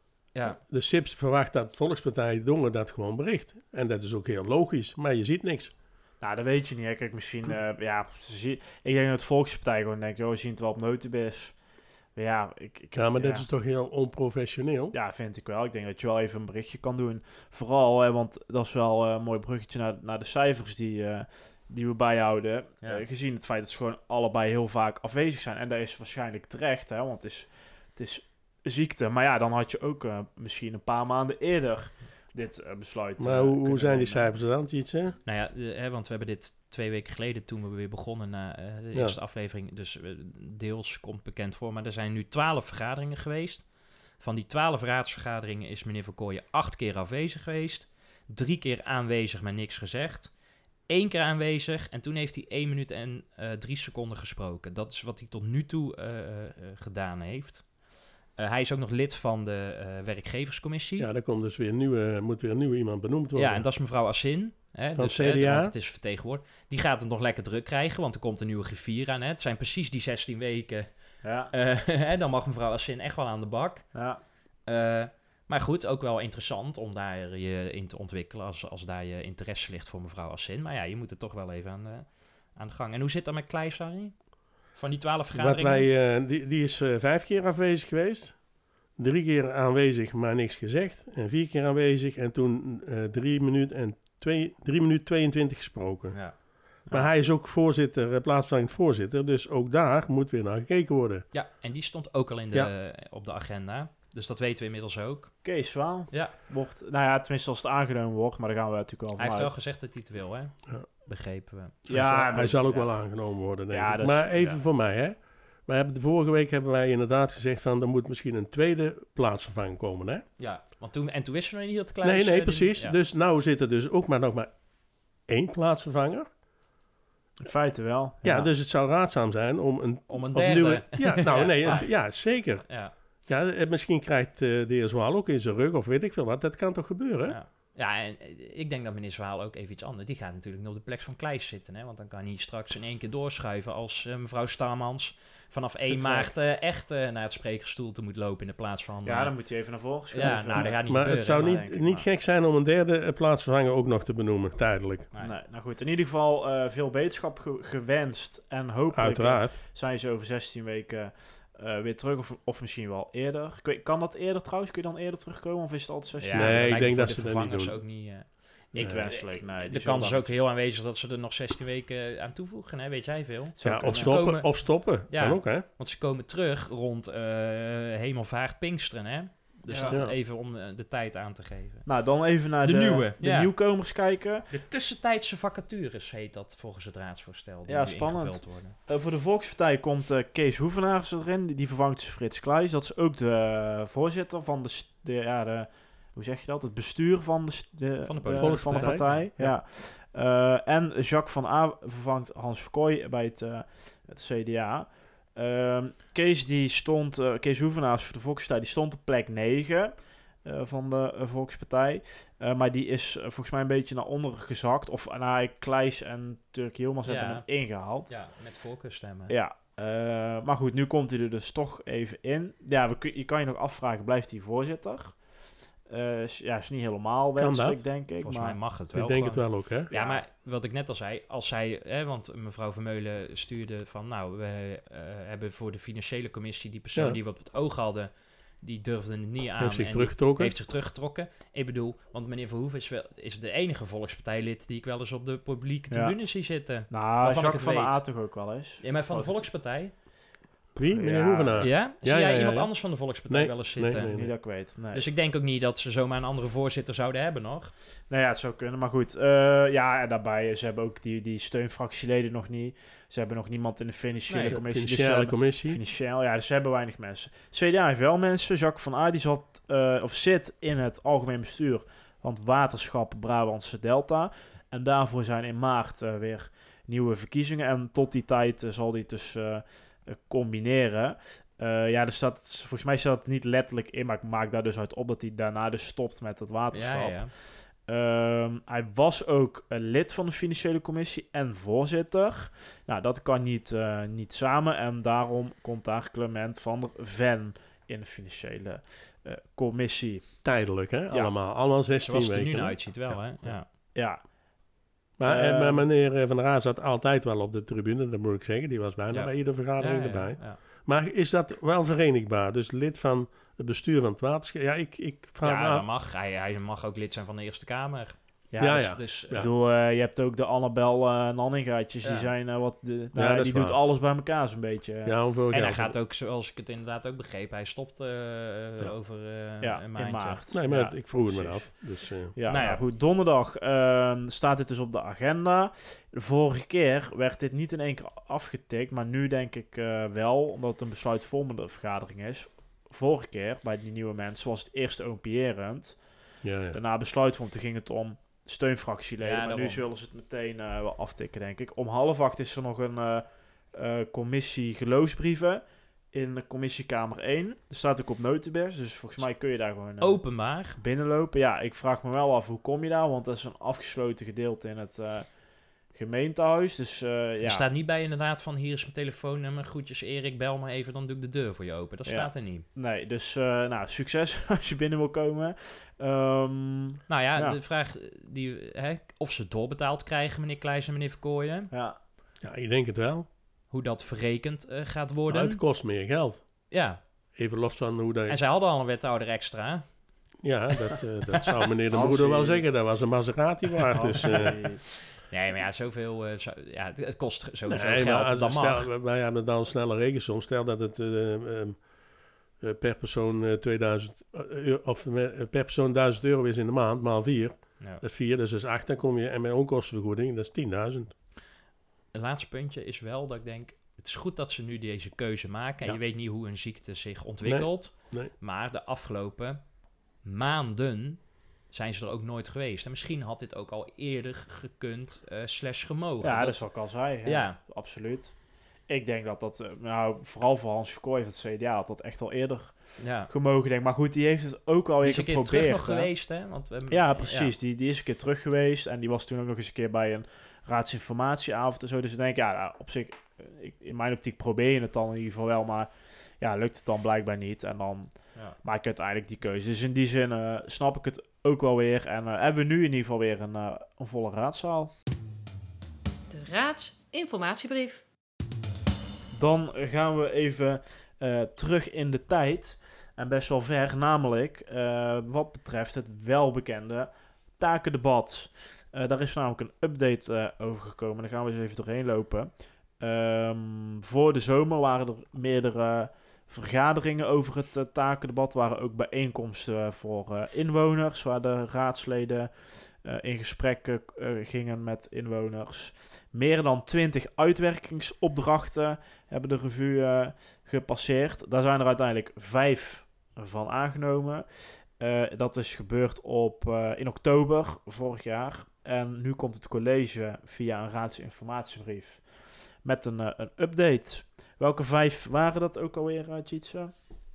Ja. De Sips verwacht dat Volkspartij Dongen dat gewoon bericht. En dat is ook heel logisch, maar je ziet niks. Nou, dat weet je niet. Hè. Kijk, misschien... uh, ja, ze zie- ik denk dat de Volkspartij gewoon denkt... joh, we zien het wel op notubis. Maar ja, ik... ik Ja, maar dat ja. is toch heel onprofessioneel? Ja, vind ik wel. Ik denk dat je wel even een berichtje kan doen. Vooral, hè, want dat is wel uh, een mooi bruggetje naar, naar de cijfers die, uh, die we bijhouden. Ja. Uh, gezien het feit dat ze gewoon allebei heel vaak afwezig zijn. En dat is waarschijnlijk terecht, hè, want het is, het is ziekte. Maar ja, dan had je ook uh, misschien een paar maanden eerder dit uh, besluit. Maar uh, hoe, hoe kunnen zijn die nemen. cijfers dan, Tjitse? Nou ja, de, hè, want we hebben dit twee weken geleden toen we weer begonnen na uh, de Ja. eerste aflevering. Dus uh, deels komt bekend voor. Maar er zijn nu twaalf vergaderingen geweest. Van die twaalf raadsvergaderingen is meneer Verkooyen acht keer afwezig geweest. Drie keer aanwezig, maar niks gezegd. Eén keer aanwezig en toen heeft hij één minuut en uh, drie seconden gesproken. Dat is wat hij tot nu toe uh, uh, gedaan heeft. Uh, hij is ook nog lid van de uh, werkgeverscommissie. Ja, er komt dus weer een nieuwe, moet weer een nieuwe iemand benoemd worden. Ja, en dat is mevrouw Assin. Hè, Van dus, het C D A. hè, want het is vertegenwoordigd. Die gaat het nog lekker druk krijgen, want er komt een nieuwe griffier aan. Hè. Het zijn precies die zestien weken. Ja. Uh, hè, dan mag mevrouw Assin echt wel aan de bak. Ja. Uh, maar goed, ook wel interessant om daar je in te ontwikkelen als, als daar je interesse ligt voor mevrouw Assin. Maar ja, je moet er toch wel even aan de, aan de gang. En hoe zit dat met Kleijs, Harry? Van die twaalf Wat vergaderingen? wij, uh, die, die is uh, vijf keer afwezig geweest. Drie keer aanwezig, maar niks gezegd. En vier keer aanwezig en toen uh, drie minuten en twee, drie minuten tweeëntwintig gesproken. Ja. Maar hij is ook voorzitter, uh, plaatsvervangend voorzitter. Dus ook daar moet weer naar gekeken worden. Ja, en die stond ook al in de, Ja. op de agenda. Dus dat weten we inmiddels ook. Kees Zwaal. Ja. Wordt, nou ja, tenminste als het aangenomen wordt, maar daar gaan we natuurlijk wel Hij heeft vanuit. wel gezegd dat hij het wil, hè? Ja. Begrepen we. Ja, hij zal, maar- hij zal ook ja. wel aangenomen worden, denk Ja, ik. dat is- Maar even ja. voor mij, hè. We hebben de vorige week hebben wij inderdaad gezegd van... er moet misschien een tweede plaatsvervanger komen, hè? Ja, want toen, en toen wisten we niet dat Kleijs... Nee, nee, eh, die- precies. ja. Dus nou zit er dus ook maar nog maar één plaatsvervanger. In feite wel. Ja, dus het zou raadzaam zijn om een... Om een opnieuw- derde. Ja, nou Ja. nee, Ja. het- ja, zeker. Ja. Ja, eh, misschien krijgt eh, de heer Zwaal ook in zijn rug of weet ik veel wat. Dat kan toch gebeuren? Ja. Ja, en ik denk dat meneer Zwaal ook even iets anders... Die gaat natuurlijk niet op de plek van Kleijs zitten. Hè? Want dan kan hij straks in één keer doorschuiven... als uh, mevrouw Starmans vanaf één maart uh, echt uh, naar het sprekersstoel te moet lopen... in de plaats van... Ja, uh, dan moet hij even naar voren schuiven. Ja, nou, dat gaat niet maar gebeuren. het zou maar, niet, niet gek zijn om een derde plaatsvervanger ook nog te benoemen, tijdelijk. Nee. nee, nou goed. In ieder geval uh, veel beterschap ge- gewenst. En hopelijk Uiteraard. zijn ze over zestien weken... Uh, weer terug, of, of misschien wel eerder. Ik weet, kan dat eerder trouwens? Kun je dan eerder terugkomen? Of is het altijd zestien? Ja, nee, ik denk dat de ze dat niet doen. ook niet... Uh, niet wenselijk, nee. De kans is ook heel aanwezig dat ze er nog zestien weken aan toevoegen, hè? Weet jij veel? Ja, of stoppen, komen, of stoppen. Ja, kan ook, hè? Want ze komen terug rond uh, Hemelvaart Pinksteren, hè? Dus ja. dan Ja. even om uh, de tijd aan te geven. Nou, dan even naar de, de, nieuwe, de ja. nieuwkomers kijken. De tussentijdse vacatures heet dat volgens het raadsvoorstel. Die ja, nu spannend. ingevuld worden. Uh, voor de Volkspartij komt uh, Kees Hoevenaars erin. Die, die vervangt Frits Kleijs. Dat is ook de uh, voorzitter van de, de, ja, de... Hoe zeg je dat? Het bestuur van de, de, van de, de, de, van de partij. Ja. Ja. Uh, en Jacques van A vervangt Hans Verkooy bij het, uh, het C D A. Uh, Kees, die stond, uh, Kees Hoevenaars voor de Volkspartij, die stond op plek negen uh, van de uh, Volkspartij. Uh, maar die is uh, volgens mij een beetje naar onder gezakt. Of uh, nou, Kleijs en Turk Yilmaz ja. hebben hem ingehaald. Ja, met voorkeurstemmen. Ja. Uh, maar goed, nu komt hij er dus toch even in. Ja, we, je kan je nog afvragen, blijft hij voorzitter? Uh, ja, is niet helemaal wenselijk, denk ik. Volgens maar mij mag het wel. Ik denk gewoon. het wel ook, hè? Ja, ja, maar wat ik net al zei, als zij, hè, want mevrouw Vermeulen stuurde van, nou, we uh, hebben voor de financiële commissie die persoon ja. die we op het oog hadden, die durfde het niet aan. Heeft zich en teruggetrokken. Heeft zich teruggetrokken. Ik bedoel, want meneer Verhoeven is, wel, is de enige volkspartijlid die ik wel eens op de publieke tribune ja. zie zitten. Nou, Jacques van der A toch ook wel eens. Ja, maar van de Volkspartij. Wie? Meneer ja. Hoevenaar? Ja? Zie ja, jij ja, ja, iemand ja. anders van de Volkspartij nee, wel eens zitten? Nee, nee, nee. Niet dat ik weet. Nee. Dus ik denk ook niet dat ze zomaar een andere voorzitter zouden hebben nog. Nou ja, het zou kunnen. Maar goed, uh, ja, en daarbij, ze hebben ook die, die steunfractieleden nog niet. Ze hebben nog niemand in de financiële nee, commissie. Financiële dus commissie. Financieel, ja, dus ze hebben weinig mensen. C D A heeft wel mensen. Jacques van A, die zat, uh, of zit in het algemeen bestuur van het waterschap Brabantse Delta. En daarvoor zijn in maart uh, weer nieuwe verkiezingen. En tot die tijd uh, zal die dus uh, uh, combineren. Uh, ja, er staat, volgens mij staat het niet letterlijk in, maar ik maak daar dus uit op dat hij daarna dus stopt met het waterschap. Ja, ja. Um, hij was ook uh, lid van de financiële commissie en voorzitter. Nou, dat kan niet, uh, niet samen en daarom komt daar Clement van der Ven in de financiële uh, commissie. Tijdelijk, hè? Ja. Allemaal. Allemaal zestien weken. Zoals het er nu uitziet wel, ja. hè? Ja. Ja. Maar, Uh, maar meneer Van der Aa zat altijd wel op de tribune, dat moet ik zeggen. Die was bijna Ja. bij iedere vergadering Ja, ja, erbij. ja. Maar is dat wel verenigbaar? Dus lid van het bestuur van het waterschap? Ja, ik, ik vraag me Ja, af. dat mag. Hij, hij mag ook lid zijn van de Eerste Kamer. Ja, Ja, dus, ja. Dus, Ik bedoel, uh, je hebt ook de Annabel uh, Nanningaatjes, Ja. die zijn uh, wat... De, Ja, nou, dat die is doet waar. alles bij elkaar zo'n beetje. Ja, hoeveel en hij geld? gaat ook, zoals ik het inderdaad ook begreep, hij stopt uh, Ja. over uh, Ja, een maandje. in maart. Nee, maar Ja, het- ik vroeg het me precies. af. Dus, uh, Ja, Nou nou ja. ja, goed. Donderdag uh, staat dit dus op de agenda. De vorige keer werd dit niet in één keer afgetikt, maar nu denk ik uh, wel, omdat het een besluitvormende vergadering is. Vorige keer, bij die nieuwe mensen, was het eerst opiërend. ja, ja. Daarna besluitvormend, toen ging het om steunfractieleden. Ja, maar nu daarom. zullen ze het meteen uh, wel aftikken, denk ik. Om half acht is er nog een uh, uh, commissie geloofsbrieven in de commissiekamer één. Er staat ook op Notenbers, dus volgens mij kun je daar gewoon uh, Openbaar. binnenlopen. Ja, ik vraag me wel af, hoe kom je daar? Want dat is een afgesloten gedeelte in het uh, gemeentehuis. Dus uh, ja. Er staat niet bij inderdaad van, hier is mijn telefoonnummer, groetjes Erik, bel maar even, dan doe ik de deur voor je open. Dat Ja. staat er niet. Nee, dus uh, nou, succes als je binnen wil komen. Um, Nou ja, Ja. de vraag die, hè, of ze doorbetaald krijgen, meneer Kleijs en meneer Verkooyen. ja. ja, ik denk het wel. Hoe dat verrekend uh, gaat Maar worden. het kost meer geld. Ja, Even los van hoe dat... en zij hadden al een wethouder extra. Ja, dat, uh, dat zou meneer de Als Broeder wel hij- zeggen. Dat was een Maserati waard. Dus, uh, Nee, maar ja, zoveel, uh, zo, ja, het, het kost sowieso nee, geld, maar als- dat mag. stel, wij hebben dan een snelle rekensom. Stel dat het uh, um, uh, per persoon uh, tweeduizend uh, of uh, per persoon duizend euro is in de maand, maal vier. Ja. Dat is vier, dus dat is acht. Dan kom je, en met onkostenvergoeding, dat is tienduizend. Het laatste puntje is wel dat ik denk, het is goed dat ze nu deze keuze maken. En Ja. je weet niet hoe een ziekte zich ontwikkelt. Nee, nee. Maar de afgelopen maanden zijn ze er ook nooit geweest. En misschien had dit ook al eerder gekund, uh, slash gemogen. Ja, dat, dat is wat ik al zei. Hè? Ja. Absoluut. Ik denk dat dat, uh, nou, vooral voor Hans Verkooy van het C D A, had dat echt al eerder Ja. gemogen, denk ik. Maar goed, die heeft het ook alweer Die is een geprobeerd. keer terug nog hè. geweest, hè? Want we hebben- ja, precies. ja. Die, die is een keer terug geweest. En die was toen ook nog eens een keer bij een raadsinformatieavond en zo. Dus ik denk, ja, nou, op zich, eh, ik, in mijn optiek probeer je het dan in ieder geval wel. Maar ja, lukt het dan blijkbaar niet. En dan Ja. maak ik uiteindelijk die keuze. Dus in die zin eh, snap ik het ook wel weer. En uh, hebben we nu in ieder geval weer een, uh, een volle raadzaal. De raadsinformatiebrief. Dan gaan we even uh, terug in de tijd. En best wel ver, namelijk uh, wat betreft het welbekende takendebat. Uh, daar is namelijk een update uh, over gekomen. Daar gaan we eens even doorheen lopen. Um, voor de zomer waren er meerdere vergaderingen over het uh, takendebat. Er waren ook bijeenkomsten voor uh, inwoners, waar de raadsleden uh, in gesprek uh, gingen met inwoners. Meer dan twintig uitwerkingsopdrachten hebben de revue uh, gepasseerd. Daar zijn er uiteindelijk vijf van aangenomen. Uh, dat is gebeurd op, uh, in oktober vorig jaar. En nu komt het college via een raadsinformatiebrief met een, uh, een update. Welke vijf waren dat ook alweer, uh, Tjitsa?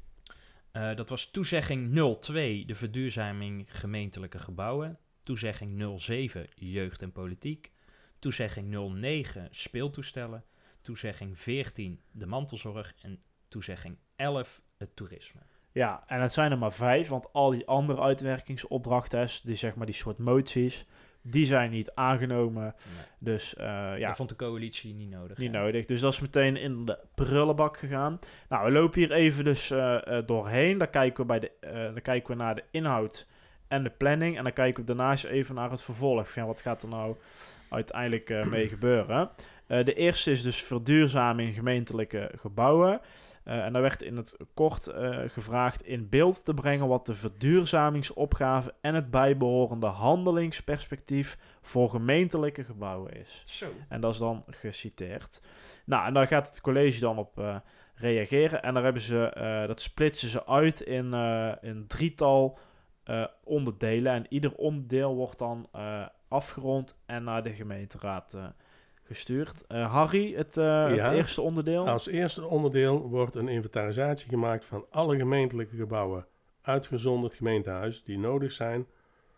Uh, dat was toezegging nul twee, de verduurzaming gemeentelijke gebouwen. Toezegging nul zeven, jeugd en politiek. Toezegging nul negen, speeltoestellen. Toezegging veertien, de mantelzorg. En toezegging elf, het toerisme. Ja, en het zijn er maar vijf, want al die andere uitwerkingsopdrachten, die zeg maar die soort moties, die zijn niet aangenomen. Nee. Dus uh, ja. Dat vond de coalitie niet nodig. Niet ja. nodig. Dus dat is meteen in de prullenbak gegaan. Nou, we lopen hier even dus uh, uh, doorheen. Dan kijken we bij de, uh, dan kijken we naar de inhoud en de planning. En dan kijken we daarnaast even naar het vervolg. Van, ja, wat gaat er nou uiteindelijk uh, mee gebeuren? Uh, de eerste is dus verduurzaming gemeentelijke gebouwen. Uh, en daar werd in het kort uh, gevraagd in beeld te brengen wat de verduurzamingsopgave en het bijbehorende handelingsperspectief voor gemeentelijke gebouwen is. Zo. En dat is dan geciteerd. Nou, en daar gaat het college dan op uh, reageren. En daar hebben ze, uh, dat splitsen ze uit in uh, een drietal uh, onderdelen. En ieder onderdeel wordt dan uh, afgerond en naar de gemeenteraad uh, gestuurd. Uh, Harry, het, uh, ja, het eerste onderdeel? Als eerste onderdeel wordt een inventarisatie gemaakt van alle gemeentelijke gebouwen, uitgezonderd gemeentehuis, die nodig zijn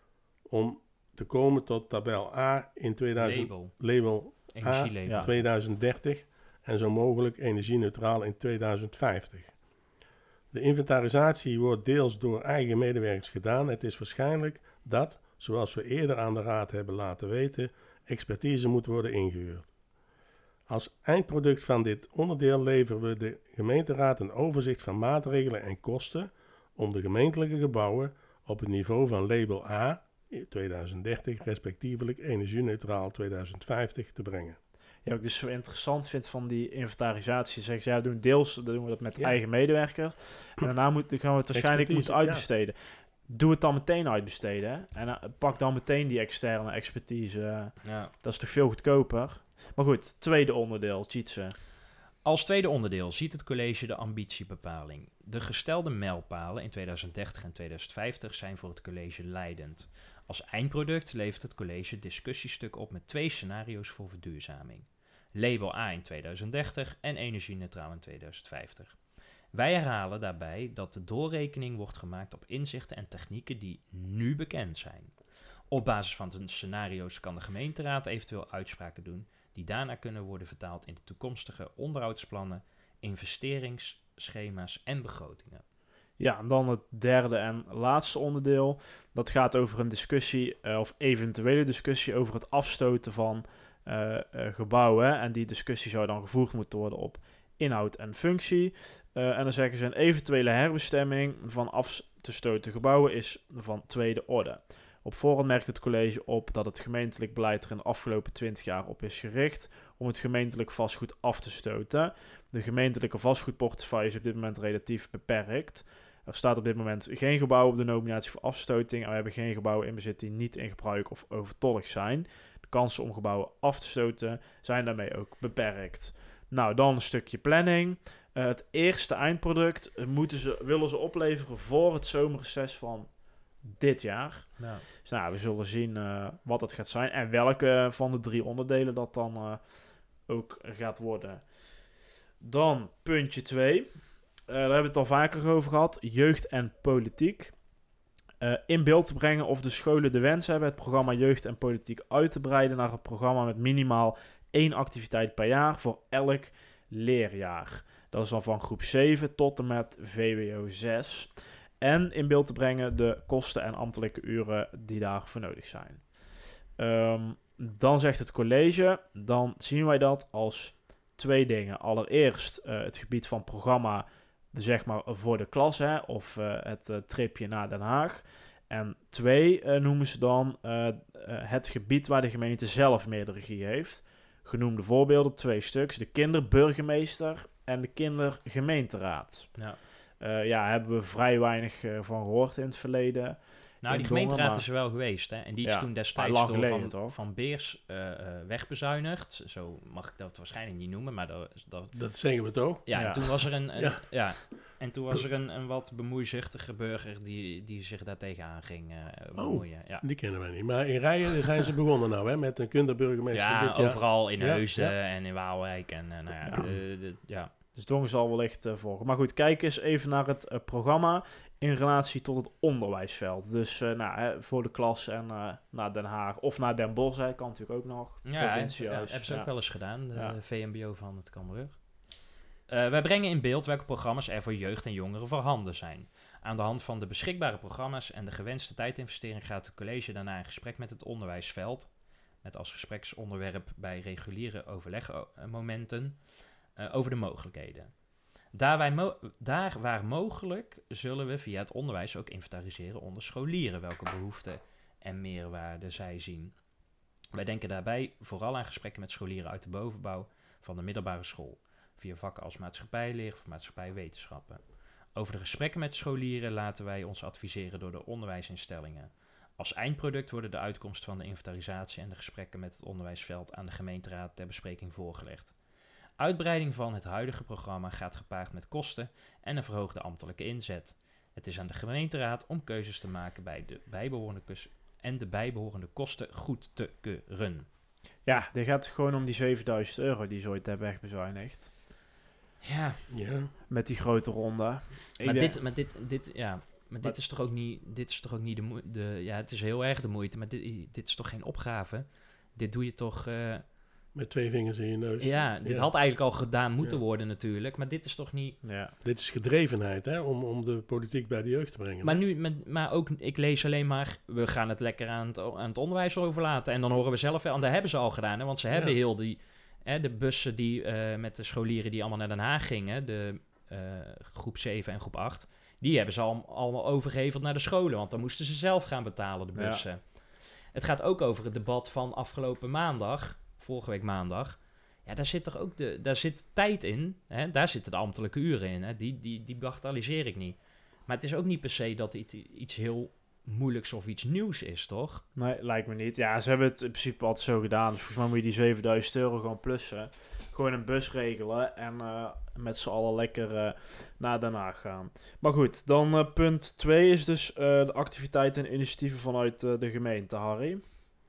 om te komen tot tabel A in tweeduizend, label, label A ja. tweeduizend dertig en zo mogelijk energie-neutraal in tweeduizend vijftig. De inventarisatie wordt deels door eigen medewerkers gedaan. Het is waarschijnlijk dat, zoals we eerder aan de raad hebben laten weten, expertise moet worden ingehuurd. Als eindproduct van dit onderdeel leveren we de gemeenteraad een overzicht van maatregelen en kosten om de gemeentelijke gebouwen op het niveau van label A tweeduizend dertig respectievelijk energie-neutraal tweeduizend vijftig te brengen. Ja, wat ik dus zo interessant vind van die inventarisatie, zeggen ze ja, doen deels doen we dat met ja. eigen medewerkers en daarna moet, gaan we het waarschijnlijk moeten uitbesteden. Ja. Doe het dan meteen uitbesteden. Hè? En uh, pak dan meteen die externe expertise. Uh, ja. Dat is toch veel goedkoper. Maar goed, tweede onderdeel, Tjitse. Als tweede onderdeel ziet het college de ambitiebepaling. De gestelde mijlpalen in tweeduizend dertig en tweeduizend vijftig zijn voor het college leidend. Als eindproduct levert het college het discussiestuk op met twee scenario's voor verduurzaming. Label A in tweeduizend dertig en energie-neutraal in tweeduizend vijftig. Wij herhalen daarbij dat de doorrekening wordt gemaakt op inzichten en technieken die nu bekend zijn. Op basis van de scenario's kan de gemeenteraad eventueel uitspraken doen die daarna kunnen worden vertaald in de toekomstige onderhoudsplannen, investeringsschema's en begrotingen. Ja, en dan het derde en laatste onderdeel. Dat gaat over een discussie uh, of eventuele discussie over het afstoten van uh, uh, gebouwen. En die discussie zou dan gevoerd moeten worden op inhoud en functie. Uh, en dan zeggen ze een eventuele herbestemming van af te stoten gebouwen is van tweede orde. Op voorhand merkt het college op dat het gemeentelijk beleid er in de afgelopen twintig jaar op is gericht om het gemeentelijk vastgoed af te stoten. De gemeentelijke vastgoedportefeuille is op dit moment relatief beperkt. Er staat op dit moment geen gebouw op de nominatie voor afstoting en we hebben geen gebouwen in bezit die niet in gebruik of overtollig zijn. De kansen om gebouwen af te stoten zijn daarmee ook beperkt. Nou, dan een stukje planning. Uh, het eerste eindproduct moeten ze, willen ze opleveren voor het zomerreces van dit jaar. Ja. Dus nou, we zullen zien uh, wat het gaat zijn en welke van de drie onderdelen dat dan uh, ook gaat worden. Dan puntje twee. daar hebben we het al vaker over gehad, jeugd en politiek. Uh, in beeld te brengen of de scholen de wens hebben het programma jeugd en politiek uit te breiden naar een programma met minimaal één activiteit per jaar voor elk leerjaar. Dat is dan van groep zeven tot en met V W O zes. En in beeld te brengen de kosten en ambtelijke uren die daarvoor nodig zijn. Um, dan zegt het college, dan zien wij dat als twee dingen. Allereerst uh, het gebied van programma, zeg maar voor de klas, hè, of uh, het uh, tripje naar Den Haag. En twee uh, noemen ze dan uh, uh, het gebied waar de gemeente zelf meer de regie heeft. Genoemde voorbeelden, twee stuks. De kinderburgemeester en de kindergemeenteraad. Ja. Uh, ja, hebben we vrij weinig uh, van gehoord in het verleden. Nou, in die gemeenteraad Dongen, maar... is er wel geweest. Hè? En die is ja, toen destijds lang door geleden, van, toch? van Beers uh, uh, wegbezuinigd. Zo mag ik dat waarschijnlijk niet noemen, maar dat... Dat, dat zeggen we toch? Ja, Ja. en toen was er een... een ja. Ja. En toen was er een, een wat bemoeizuchtige burger die, die zich daar tegenaan ging uh, bemoeien. Oh, ja. die kennen wij niet. Maar in Rijen zijn ze begonnen nou, hè, met een kinderburgemeester. Ja, dit jaar. overal in Ja, Heusden ja. en in Waalwijk. En, uh, nou ja, Ja. de, de, ja. Dus Dongen zal wellicht uh, volgen. Maar goed, kijk eens even naar het uh, programma in relatie tot het onderwijsveld. Dus uh, nou, hè, voor de klas en uh, naar Den Haag of naar Den Bosch, hè, kan natuurlijk ook nog. Ja, ja, Provinciehuis. hebben ze ook Ja. wel eens gedaan, de Ja. V M B O van het Cambuur. Uh, wij brengen in beeld welke programma's er voor jeugd en jongeren voorhanden zijn. Aan de hand van de beschikbare programma's en de gewenste tijdinvestering gaat het college daarna in gesprek met het onderwijsveld, met als gespreksonderwerp bij reguliere overlegmomenten, uh, over de mogelijkheden. Daar, wij mo- daar waar mogelijk zullen we via het onderwijs ook inventariseren onder scholieren welke behoeften en meerwaarden zij zien. Wij denken daarbij vooral aan gesprekken met scholieren uit de bovenbouw van de middelbare school, via vakken als maatschappijleer of maatschappijwetenschappen. Over de gesprekken met scholieren laten wij ons adviseren door de onderwijsinstellingen. Als eindproduct worden de uitkomsten van de inventarisatie en de gesprekken met het onderwijsveld aan de gemeenteraad ter bespreking voorgelegd. Uitbreiding van het huidige programma gaat gepaard met kosten en een verhoogde ambtelijke inzet. Het is aan de gemeenteraad om keuzes te maken bij de bijbehorende kus- en de bijbehorende kosten goed te keuren. Ja, dit gaat gewoon om die zevenduizend euro die ze ooit hebben wegbezuinigd. Ja. Ja. Met die grote ronde. Maar Ik dit, denk- maar dit, dit, ja, maar Maar- dit is toch ook niet, dit is toch ook niet de moeite, de, ja, het is heel erg de moeite, maar dit, dit is toch geen opgave? Dit doe je toch... Uh, Met twee vingers in je neus. Ja, dit Ja. had eigenlijk al gedaan moeten Ja. worden natuurlijk, maar dit is toch niet... Ja. Dit is gedrevenheid, hè, om, om de politiek bij de jeugd te brengen. Maar nu, met, maar ook, ik lees alleen maar, we gaan het lekker aan het, aan het onderwijs overlaten. En dan horen we zelf, en dat hebben ze al gedaan, hè, want ze hebben Ja. heel die, hè, de bussen die uh, met de scholieren die allemaal naar Den Haag gingen, de uh, groep zeven en groep acht, die hebben ze al, allemaal overgeheveld naar de scholen, want dan moesten ze zelf gaan betalen, de bussen. Ja. Het gaat ook over het debat van afgelopen maandag, vorige week maandag. Ja, daar zit toch ook de, daar zit tijd in, hè? Daar zitten de ambtelijke uren in, hè? Die, die, die bagatelliseer ik niet. Maar het is ook niet per se dat het iets heel moeilijks of iets nieuws is, toch? Nee, lijkt me niet. Ja, ze hebben het in principe altijd zo gedaan. Dus volgens mij moet je die zevenduizend euro gewoon plussen. Gewoon een bus regelen en uh, met z'n allen lekker uh, naar Den Haag gaan. Maar goed, dan uh, punt twee is dus uh, de activiteiten en initiatieven vanuit uh, de gemeente, Harry.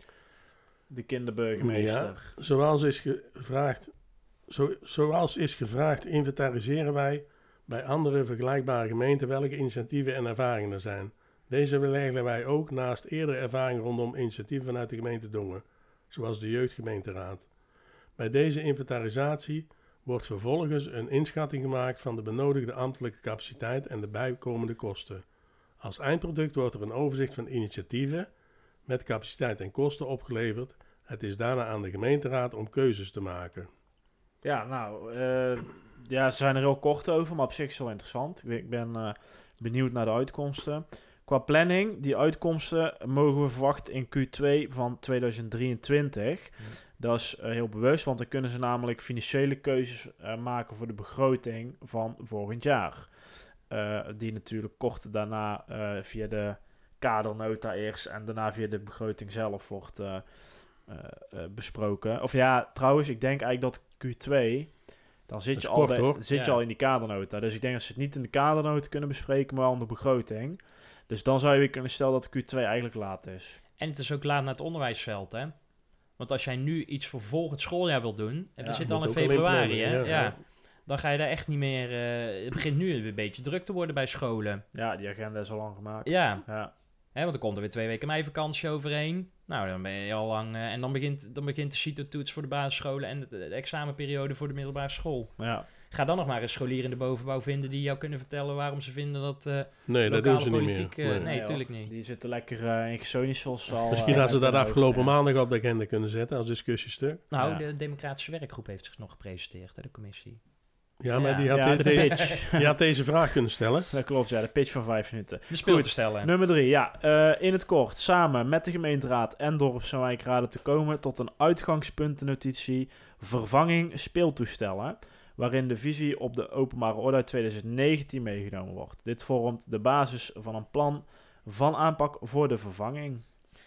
De kinderburgemeester. Ja, zoals is gevraagd, zo, zoals is gevraagd, inventariseren wij bij andere vergelijkbare gemeenten welke initiatieven en ervaringen er zijn. Deze beleggen wij ook naast eerdere ervaringen rondom initiatieven vanuit de gemeente Dongen, zoals de jeugdgemeenteraad. Bij deze inventarisatie wordt vervolgens een inschatting gemaakt van de benodigde ambtelijke capaciteit en de bijkomende kosten. Als eindproduct wordt er een overzicht van initiatieven met capaciteit en kosten opgeleverd. Het is daarna aan de gemeenteraad om keuzes te maken. Ja, nou, uh, ja, ze zijn er heel kort over, maar op zich is het wel interessant. Ik, ik ben uh, benieuwd naar de uitkomsten. Qua planning, die uitkomsten mogen we verwachten in Q twee van tweeduizend drieëntwintig. Ja. Dat is uh, heel bewust, want dan kunnen ze namelijk financiële keuzes uh, maken voor de begroting van volgend jaar. Uh, die natuurlijk kort daarna uh, via de kadernota eerst en daarna via de begroting zelf wordt uh, uh, uh, besproken. Of ja, trouwens, ik denk eigenlijk dat Q twee, dan zit, je, kort, al, bij, zit ja. je al in die kadernota. Dus ik denk dat ze het niet in de kadernota kunnen bespreken, maar wel in de begroting. Dus dan zou je weer kunnen stellen dat Q twee eigenlijk laat is. En het is ook laat naar het onderwijsveld, hè? Want als jij nu iets voor volgend schooljaar wil doen, en ja, we zitten al in februari, hè? Ja. Ja. dan ga je daar echt niet meer... Uh, het begint nu een beetje druk te worden bij scholen. Ja, die agenda is al lang gemaakt. Ja, ja. Hè, want er komt er weer twee weken meivakantie overheen. Nou, dan ben je al lang... Uh, en dan begint, dan begint de CITO-toets voor de basisscholen en de, de examenperiode voor de middelbare school. Ja. Ga dan nog maar een scholier in de bovenbouw vinden die jou kunnen vertellen waarom ze vinden dat uh, nee, dat doen ze politiek... niet meer. Uh, nee, natuurlijk nee, niet. Die zitten lekker uh, in Gersonisos al... Misschien uh, had ze dat afgelopen hoofd, maandag op de agenda kunnen zetten als discussiestuk. Nou, ja. de democratische werkgroep heeft zich nog gepresenteerd, hè, de commissie. Ja, maar ja. Die, had ja, de, de pitch. die had deze vraag kunnen stellen. Dat klopt, ja, de pitch van vijf minuten. De speel te stellen. Nummer drie, ja. Uh, in het kort, samen met de gemeenteraad en dorps- en wijkraden te komen tot een uitgangspuntennotitie vervanging speeltoestellen, waarin de visie op de openbare orde uit twintig negentien meegenomen wordt. Dit vormt de basis van een plan van aanpak voor de vervanging.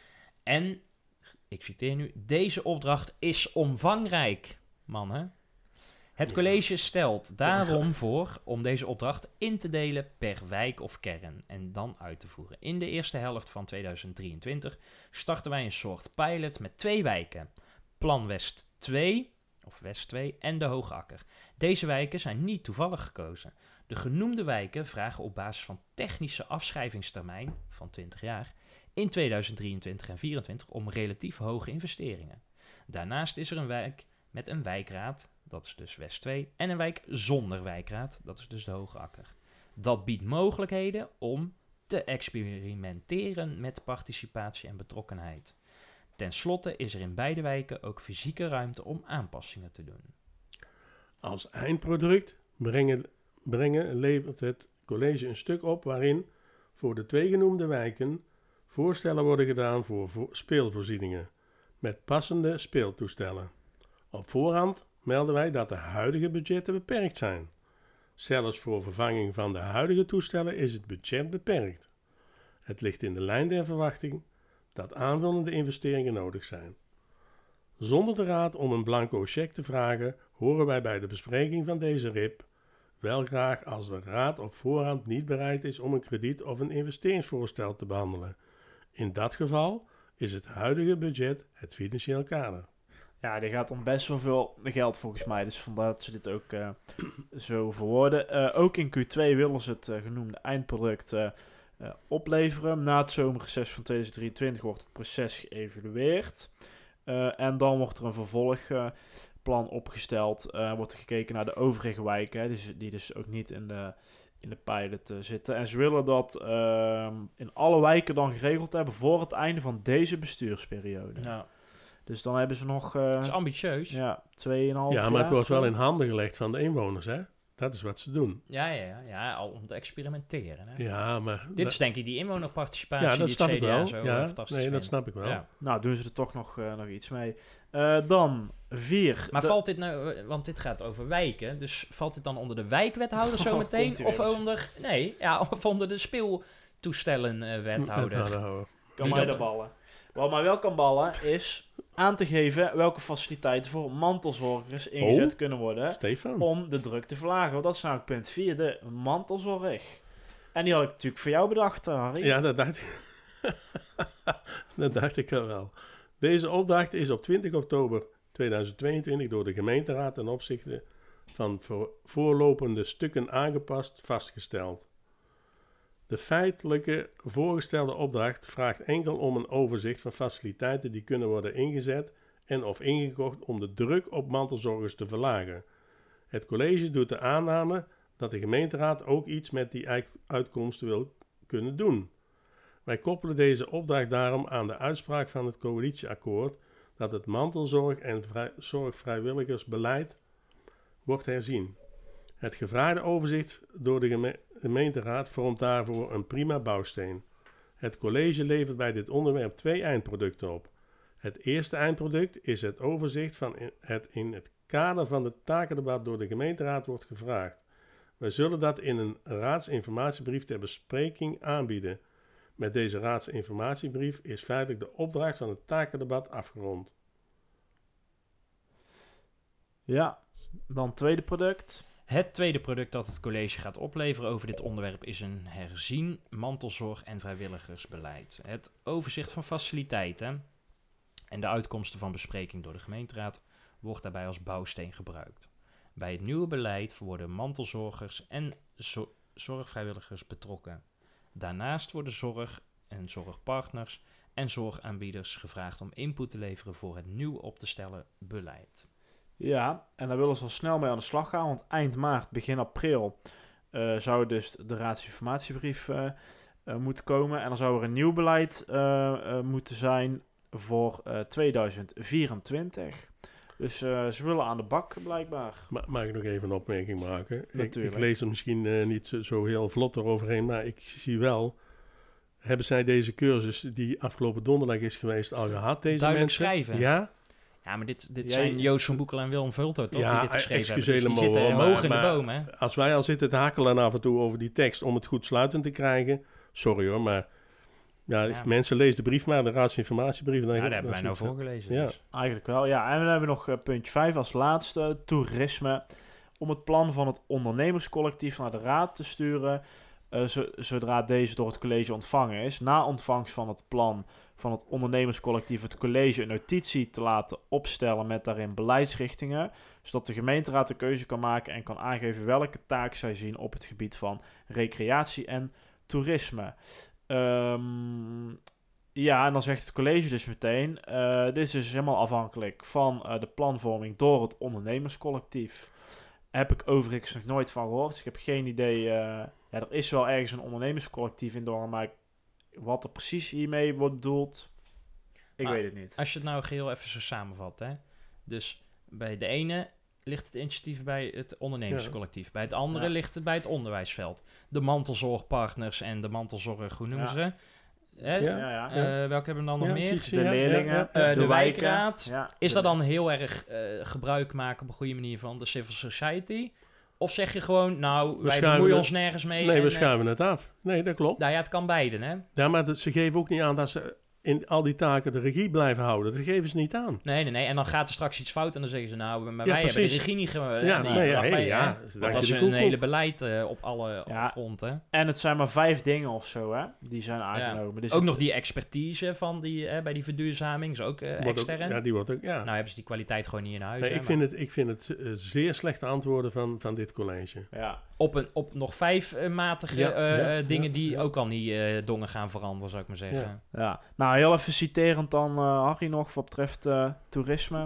En, ik citeer nu, deze opdracht is omvangrijk, mannen. Het college stelt daarom voor om deze opdracht in te delen per wijk of kern en dan uit te voeren. In de eerste helft van tweeduizend drieëntwintig starten wij een soort pilot met twee wijken. Plan West twee, of West twee, en de Hoge Akker. Deze wijken zijn niet toevallig gekozen. De genoemde wijken vragen op basis van technische afschrijvingstermijn van twintig jaar in tweeduizend drieëntwintig en tweeduizend vierentwintig om relatief hoge investeringen. Daarnaast is er een wijk met een wijkraad, dat is dus West twee, en een wijk zonder wijkraad, dat is dus de Hoge Akker. Dat biedt mogelijkheden om te experimenteren met participatie en betrokkenheid. Ten slotte is er in beide wijken ook fysieke ruimte om aanpassingen te doen. Als eindproduct brengen, brengen levert het college een stuk op waarin voor de twee genoemde wijken voorstellen worden gedaan voor vo- speelvoorzieningen met passende speeltoestellen. Op voorhand melden wij dat de huidige budgetten beperkt zijn. Zelfs voor vervanging van de huidige toestellen is het budget beperkt. Het ligt in de lijn der verwachting dat aanvullende investeringen nodig zijn. Zonder de raad om een blanco cheque te vragen, horen wij bij de bespreking van deze R I P wel graag als de raad op voorhand niet bereid is om een krediet of een investeringsvoorstel te behandelen. In dat geval is het huidige budget het financieel kader. Ja, die gaat om best wel veel geld volgens mij, dus vandaar dat ze dit ook uh, zo verwoorden. Uh, ook in Q twee willen ze het uh, genoemde eindproduct uh, uh, opleveren. Na het zomerreces van tweeduizend drieëntwintig wordt het proces geëvalueerd. Uh, en dan wordt er een vervolgplan uh, opgesteld. Uh, wordt er gekeken naar de overige wijken, hè, dus, die dus ook niet in de, in de pilot uh, zitten. En ze willen dat uh, in alle wijken dan geregeld hebben voor het einde van deze bestuursperiode. Ja. Dus dan hebben ze nog... Uh, dat is ambitieus. Ja, tweeënhalf jaar. Ja, maar het wordt wel in handen gelegd van de inwoners, hè? Dat is wat ze doen. Ja, ja, ja, ja, al om te experimenteren. Hè? Ja, maar... Dit is denk ik die inwonerparticipatie ja, dat die snap het C D A ik wel. zo ja, fantastisch nee, dat vindt. snap ik wel. Ja. Nou, doen ze er toch nog, uh, nog iets mee. Uh, dan vier. Maar de... valt dit nou... Want dit gaat over wijken. Dus valt dit dan onder de wijkwethouder zo meteen? Oh, of onder... Nee, ja, of onder de speeltoestellenwethouder. Uh, kan mij de ballen. Wat mij wel kan ballen is aan te geven welke faciliteiten voor mantelzorgers ingezet oh, kunnen worden Stefan. om de druk te verlagen. Want dat is namelijk punt vier, de mantelzorg. En die had ik natuurlijk voor jou bedacht, Harry. Ja, dat dacht ik. dat dacht ik wel. Deze opdracht is op twintig oktober tweeduizend tweeëntwintig door de gemeenteraad ten opzichte van voor, voorlopende stukken aangepast vastgesteld. De feitelijke voorgestelde opdracht vraagt enkel om een overzicht van faciliteiten die kunnen worden ingezet en of ingekocht om de druk op mantelzorgers te verlagen. Het college doet de aanname dat de gemeenteraad ook iets met die uitkomsten wil kunnen doen. Wij koppelen deze opdracht daarom aan de uitspraak van het coalitieakkoord dat het mantelzorg- en vrij, zorgvrijwilligersbeleid wordt herzien. Het gevraagde overzicht door de geme- gemeenteraad vormt daarvoor een prima bouwsteen. Het college levert bij dit onderwerp twee eindproducten op. Het eerste eindproduct is het overzicht van het in het kader van het takendebat door de gemeenteraad wordt gevraagd. Wij zullen dat in een raadsinformatiebrief ter bespreking aanbieden. Met deze raadsinformatiebrief is feitelijk de opdracht van het takendebat afgerond. Ja, dan tweede product. Het tweede product dat het college gaat opleveren over dit onderwerp is een herzien mantelzorg- en vrijwilligersbeleid. Het overzicht van faciliteiten en de uitkomsten van bespreking door de gemeenteraad wordt daarbij als bouwsteen gebruikt. Bij het nieuwe beleid worden mantelzorgers en zo- zorgvrijwilligers betrokken. Daarnaast worden zorg- en zorgpartners en zorgaanbieders gevraagd om input te leveren voor het nieuw op te stellen beleid. Ja, en daar willen ze al snel mee aan de slag gaan, want eind maart, begin april uh, zou dus de raadsinformatiebrief uh, uh, moeten komen. En dan zou er een nieuw beleid uh, uh, moeten zijn voor uh, tweeduizend vierentwintig. Dus uh, ze willen aan de bak, blijkbaar. Ma- mag ik nog even een opmerking maken? Ik, ik Natuurlijk. lees er misschien uh, niet zo, zo heel vlot eroverheen, maar ik zie wel... Hebben zij deze cursus die afgelopen donderdag is geweest al gehad, deze Duidelijk mensen? schrijven. Ja? Ja, maar dit, dit Ja, zijn je- Joost van Boekel en Willem Vulter, toch? Ja, die dit geschreven hebben. excuseer Dus me die zitten hoor, hoog maar- in de maar boom, hè? Als wij al zitten te hakkelen af en toe over die tekst om het goed sluitend te krijgen... Sorry hoor, maar... Ja, Ja. mensen lezen de brief maar, de raadsinformatiebrief. Ja, daar hebben wij nou voor voorgelezen. Ja. Dus. Eigenlijk wel, ja. En dan hebben we nog uh, puntje vijf als laatste, toerisme. Om het plan van het ondernemerscollectief naar de raad te sturen... Uh, zo- zodra deze door het college ontvangen is. Na ontvangst van het plan van het ondernemerscollectief het college een notitie te laten opstellen met daarin beleidsrichtingen, zodat de gemeenteraad de keuze kan maken en kan aangeven welke taak zij zien op het gebied van recreatie en toerisme. Um, ja, en dan zegt het college dus meteen, uh, dit is dus helemaal afhankelijk van uh, de planvorming door het ondernemerscollectief. Heb ik overigens nog nooit van gehoord, dus ik heb geen idee. Uh, ja, er is wel ergens een ondernemerscollectief in Dongen, maar wat er precies hiermee wordt bedoeld, ik Maar weet het niet. Als je het nou geheel even zo samenvat, hè. Dus bij de ene ligt het initiatief bij het ondernemerscollectief. Ja. Bij het andere Ja. ligt het bij het onderwijsveld. De mantelzorgpartners en de mantelzorg, hoe noemen Ja. ze? Hè? Ja, ja, ja. Uh, welke hebben we dan nog Ja, meer? Tietze, de ja, leerlingen, ja, ja. Uh, de de wijken. wijkraad. Ja, Is de- dat dan heel erg uh, gebruik maken op een goede manier van de civil society? Of zeg je gewoon, nou, We wij schuiven bemoeien het- ons nergens mee. Nee, en, we uh, schuiven het af. Nee, dat klopt. Nou ja, het kan beide, hè? Ja, maar dat- ze geven ook niet aan dat ze in al die taken de regie blijven houden. Dat geven ze niet aan. Nee, nee, nee. En dan gaat er straks iets fout en dan zeggen ze, nou, maar Ja, wij hebben de precies. regie niet ge- Ja, nee, nee, ja, wacht hey, bij, ja, hè? dat is Want dat is de een koekoek. hele beleid uh, op alle Ja. fronten. En het zijn maar vijf dingen of zo, hè? Die zijn aangenomen. Ja. Dus ook het- nog die expertise van die, hè, bij die verduurzaming is ook uh, Wordt ook- extern. ja, die wordt ook, ja. Nou hebben ze die kwaliteit gewoon niet in huis. Nee, hè, ik, maar- vind het, ik vind het uh, zeer slechte antwoorden van, van dit college. Ja. Op, een, op nog vijf uh, matige Ja, uh, ja, uh, dingen ja, die ja. ook al niet uh, dongen gaan veranderen, zou ik maar zeggen. Ja. Ja, nou heel even citerend dan uh, Harry nog wat betreft uh, toerisme.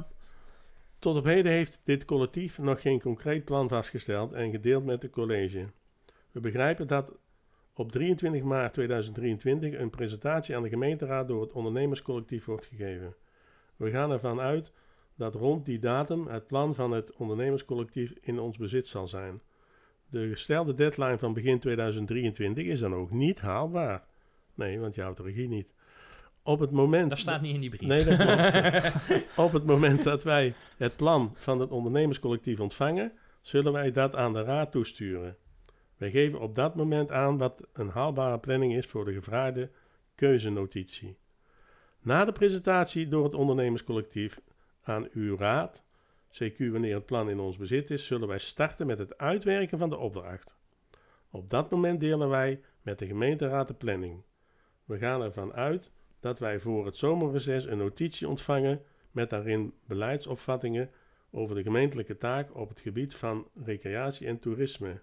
Tot op heden heeft dit collectief nog geen concreet plan vastgesteld en gedeeld met het college. We begrijpen dat op drieëntwintig maart tweeduizend drieëntwintig een presentatie aan de gemeenteraad door het ondernemerscollectief wordt gegeven. We gaan ervan uit dat rond die datum het plan van het ondernemerscollectief in ons bezit zal zijn. De gestelde deadline van begin tweeduizend drieëntwintig is dan ook niet haalbaar. Nee, want je houdt de regie niet. Op het moment... Dat staat niet in die brief. Nee, dat klopt. Op het moment dat wij het plan van het ondernemerscollectief ontvangen, zullen wij dat aan de raad toesturen. Wij geven op dat moment aan wat een haalbare planning is voor de gevraagde keuzenotitie. Na de presentatie door het ondernemerscollectief aan uw raad, C Q wanneer het plan in ons bezit is, zullen wij starten met het uitwerken van de opdracht. Op dat moment delen wij met de gemeenteraad de planning. We gaan ervan uit dat wij voor het zomerreces een notitie ontvangen met daarin beleidsopvattingen over de gemeentelijke taak op het gebied van recreatie en toerisme.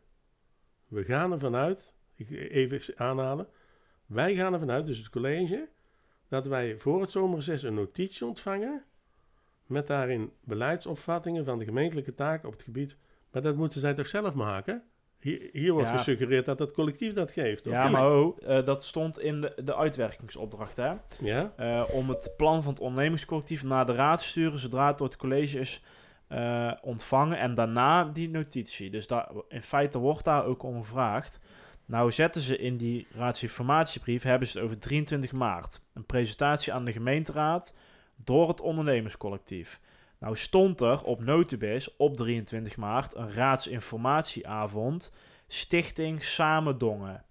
We gaan ervan uit, ik even aanhalen, wij gaan ervan uit, dus het college, dat wij voor het zomerreces een notitie ontvangen met daarin beleidsopvattingen van de gemeentelijke taak op het gebied. Maar dat moeten zij toch zelf maken? Hier, hier wordt Ja. gesuggereerd dat het collectief dat geeft. of Ja, niet? maar oh, uh, dat stond in de, de uitwerkingsopdracht, hè? Ja? Uh, om het plan van het ondernemingscollectief naar de raad te sturen zodra het door het college is uh, ontvangen en daarna die notitie. Dus daar, in feite wordt daar ook om gevraagd. Nou zetten ze in die raadsinformatiebrief, hebben ze het over drieëntwintig maart. Een presentatie aan de gemeenteraad door het ondernemerscollectief. Nou stond er op notubis op drieëntwintig maart een raadsinformatieavond Stichting Samen Dongen.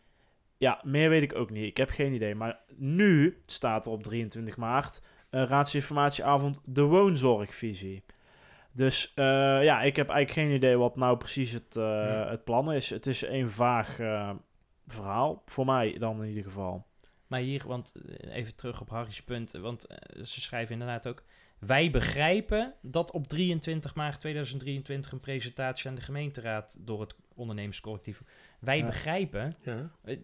Ja, meer weet ik ook niet. Ik heb geen idee. Maar nu staat er op drieëntwintig maart een raadsinformatieavond de woonzorgvisie. Dus uh, ja, ik heb eigenlijk geen idee wat nou precies het, uh, Ja. het plan is. Het is een vaag uh, verhaal. Voor mij dan in ieder geval. Maar hier, want uh, even terug op Harry's punt. Want uh, ze schrijven inderdaad ook... wij begrijpen dat op drieëntwintig maart tweeduizend drieëntwintig een presentatie aan de gemeenteraad door het ondernemerscollectief. Wij Ja. begrijpen. Ja. Uh,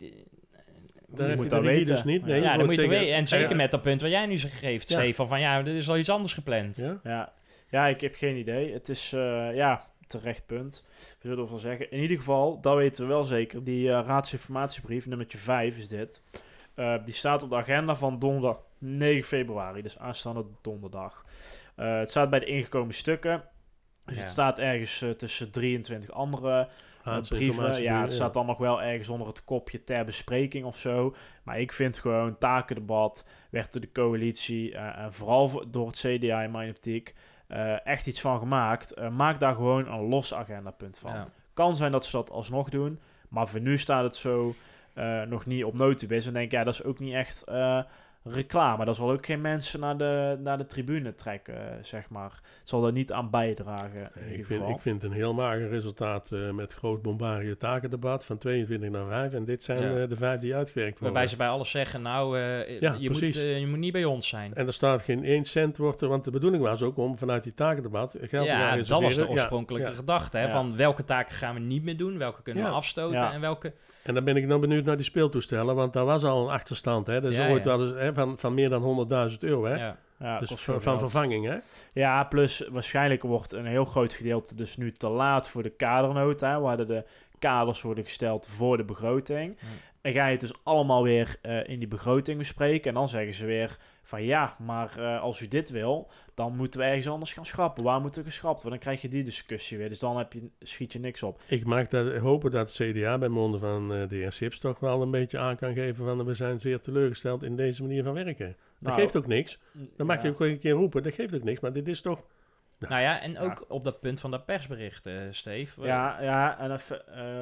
Daar heb moet je dat de regie weten. dus niet. Nee, ja, je dan moet moet je toch zeggen- weten. En zeker Ja. met dat punt wat jij nu geeft, Ja. Steve, van, van ja, er is al iets anders gepland. Ja. Ja, ja ik heb geen idee. Het is, uh, ja, terecht punt. We zullen ervan zeggen. In ieder geval, dat weten we wel zeker. Die uh, raadsinformatiebrief, nummertje vijf is dit. Uh, die staat op de agenda van donderdag negen februari. Dus aanstaande donderdag. Uh, het staat bij de ingekomen stukken. Dus Ja. het staat ergens uh, tussen drieëntwintig andere uh, brieven. Ja, het staat dan nog wel ergens onder het kopje ter bespreking of zo. Maar ik vind gewoon takendebat werd door de coalitie uh, en vooral voor- door het C D A in mijn optiek uh, echt iets van gemaakt. Uh, maak daar gewoon een los agendapunt van. Ja. Kan zijn dat ze dat alsnog doen, maar voor nu staat het zo uh, nog niet op notubis. En denk ik, ja, dat is ook niet echt uh, reclame. Dat zal ook geen mensen naar de, naar de tribune trekken, uh, zeg maar. Het zal er niet aan bijdragen, in Nee, ieder ik, vind, geval. ik vind het een heel mager resultaat uh, met groot bombarie takendebat van tweeëntwintig naar vijf. En dit zijn Ja. uh, de vijf die uitgewerkt worden. Waarbij ze bij alles zeggen, nou, uh, Ja, je, moet, precies. uh, je moet niet bij ons zijn. En er staat geen één cent, wordt er, want de bedoeling was ook om vanuit die takendebat geld te gaan Ja, dat reserveren. was de Ja, oorspronkelijke ja. gedachte. Hè, Ja. Van welke taken gaan we niet meer doen, welke kunnen Ja. we afstoten Ja. en welke... En dan ben ik nog benieuwd naar die speeltoestellen, want daar was al een achterstand. Hè? Dat is Ja, ooit ja. wel eens, hè, van, van meer dan honderdduizend euro. Hè? Ja. Ja, dus kost van, veel van geld. vervanging. Hè? Ja, plus waarschijnlijk wordt een heel groot gedeelte dus nu te laat voor de kadernota, waar de, de kaders worden gesteld voor de begroting. Ja. En ga je het dus allemaal weer uh, in die begroting bespreken. En dan zeggen ze weer van ja, maar uh, als u dit wil, dan moeten we ergens anders gaan schrappen. Waar moet er geschrapt worden? Dan krijg je die discussie weer. Dus dan heb je, schiet je niks op. Ik mag dat, hopen dat het C D A bij monden van uh, de heer Sips toch wel een beetje aan kan geven van we zijn zeer teleurgesteld in deze manier van werken. Dat Nou, geeft ook niks. Dan mag ja. je ook wel een keer roepen, dat geeft ook niks. Maar dit is toch... Nou ja, en ook op dat punt van dat persbericht, uh, Steve. Ja, ja, en even,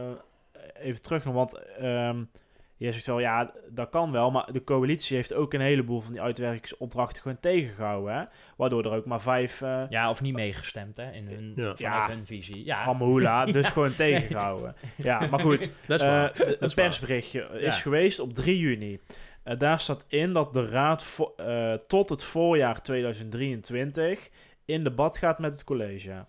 uh, even terug nog, want um, je zegt wel, ja, dat kan wel, maar de coalitie heeft ook een heleboel van die uitwerkingsopdrachten gewoon tegengehouden, hè? Waardoor er ook maar vijf... Uh, ja, of niet meegestemd, hè, in hun, ja. vanuit ja, hun visie. Ja, Amahula, dus gewoon tegengehouden. Ja, maar goed, dat is uh, waar. de, dat het is waar. persberichtje Ja. is geweest op drie juni. Uh, daar staat in dat de raad vo- uh, tot het voorjaar tweeduizend drieëntwintig in debat gaat met het college.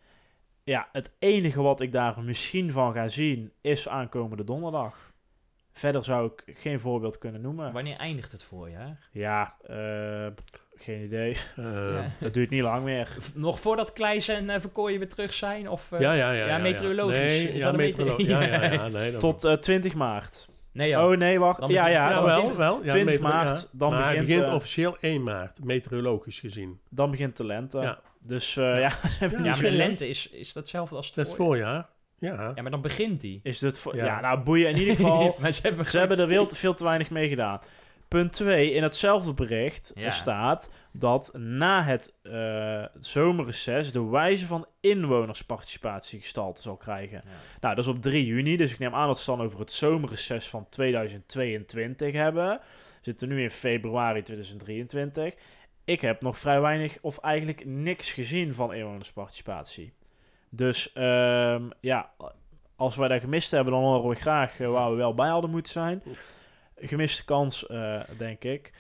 Ja, het enige wat ik daar misschien van ga zien is aankomende donderdag. Verder zou ik geen voorbeeld kunnen noemen. Wanneer eindigt het voorjaar? Ja, uh, geen idee. Uh, Ja. Dat duurt niet lang meer. Nog voordat Kleijs en uh, Verkooyen weer terug zijn? Of, uh, ja, ja, ja, ja, ja, meteorologisch. Nee, Is ja, dat een meteorolo- meteor- ja, ja, ja, nee, dat Tot uh, twintig maart. Nee, joh. Oh nee, wacht. Dan Ja, begint- ja, Ja, dan wel, begint wel. Ja, twintig meteo- maart. ja. Dan maar begint, het begint uh, officieel één maart, meteorologisch gezien. Dan begint de lente. Ja. Dus uh, ja, ja, Ja, Ja, maar de ja. lente is, is dat hetzelfde als het Dat is voorjaar. voorjaar. Ja. Ja, maar dan begint die. is dit voor... Ja. Ja. nou boeien in ieder geval. Maar ze hebben, Ze hebben er veel te, veel te weinig mee gedaan. Punt twee. In hetzelfde bericht Ja. er staat dat na het uh, zomerreces de wijze van inwonersparticipatie gestalte zal krijgen. Ja. Nou, dat is op drie juni, dus ik neem aan dat ze dan over het zomerreces van tweeduizend tweeëntwintig hebben. We zitten nu in februari tweeduizend drieëntwintig. Ik heb nog vrij weinig of eigenlijk niks gezien van inwonersparticipatie. Dus um, ja, als wij dat gemist hebben, dan horen we graag uh, waar we wel bij hadden moeten zijn. Gemiste kans, uh, denk ik.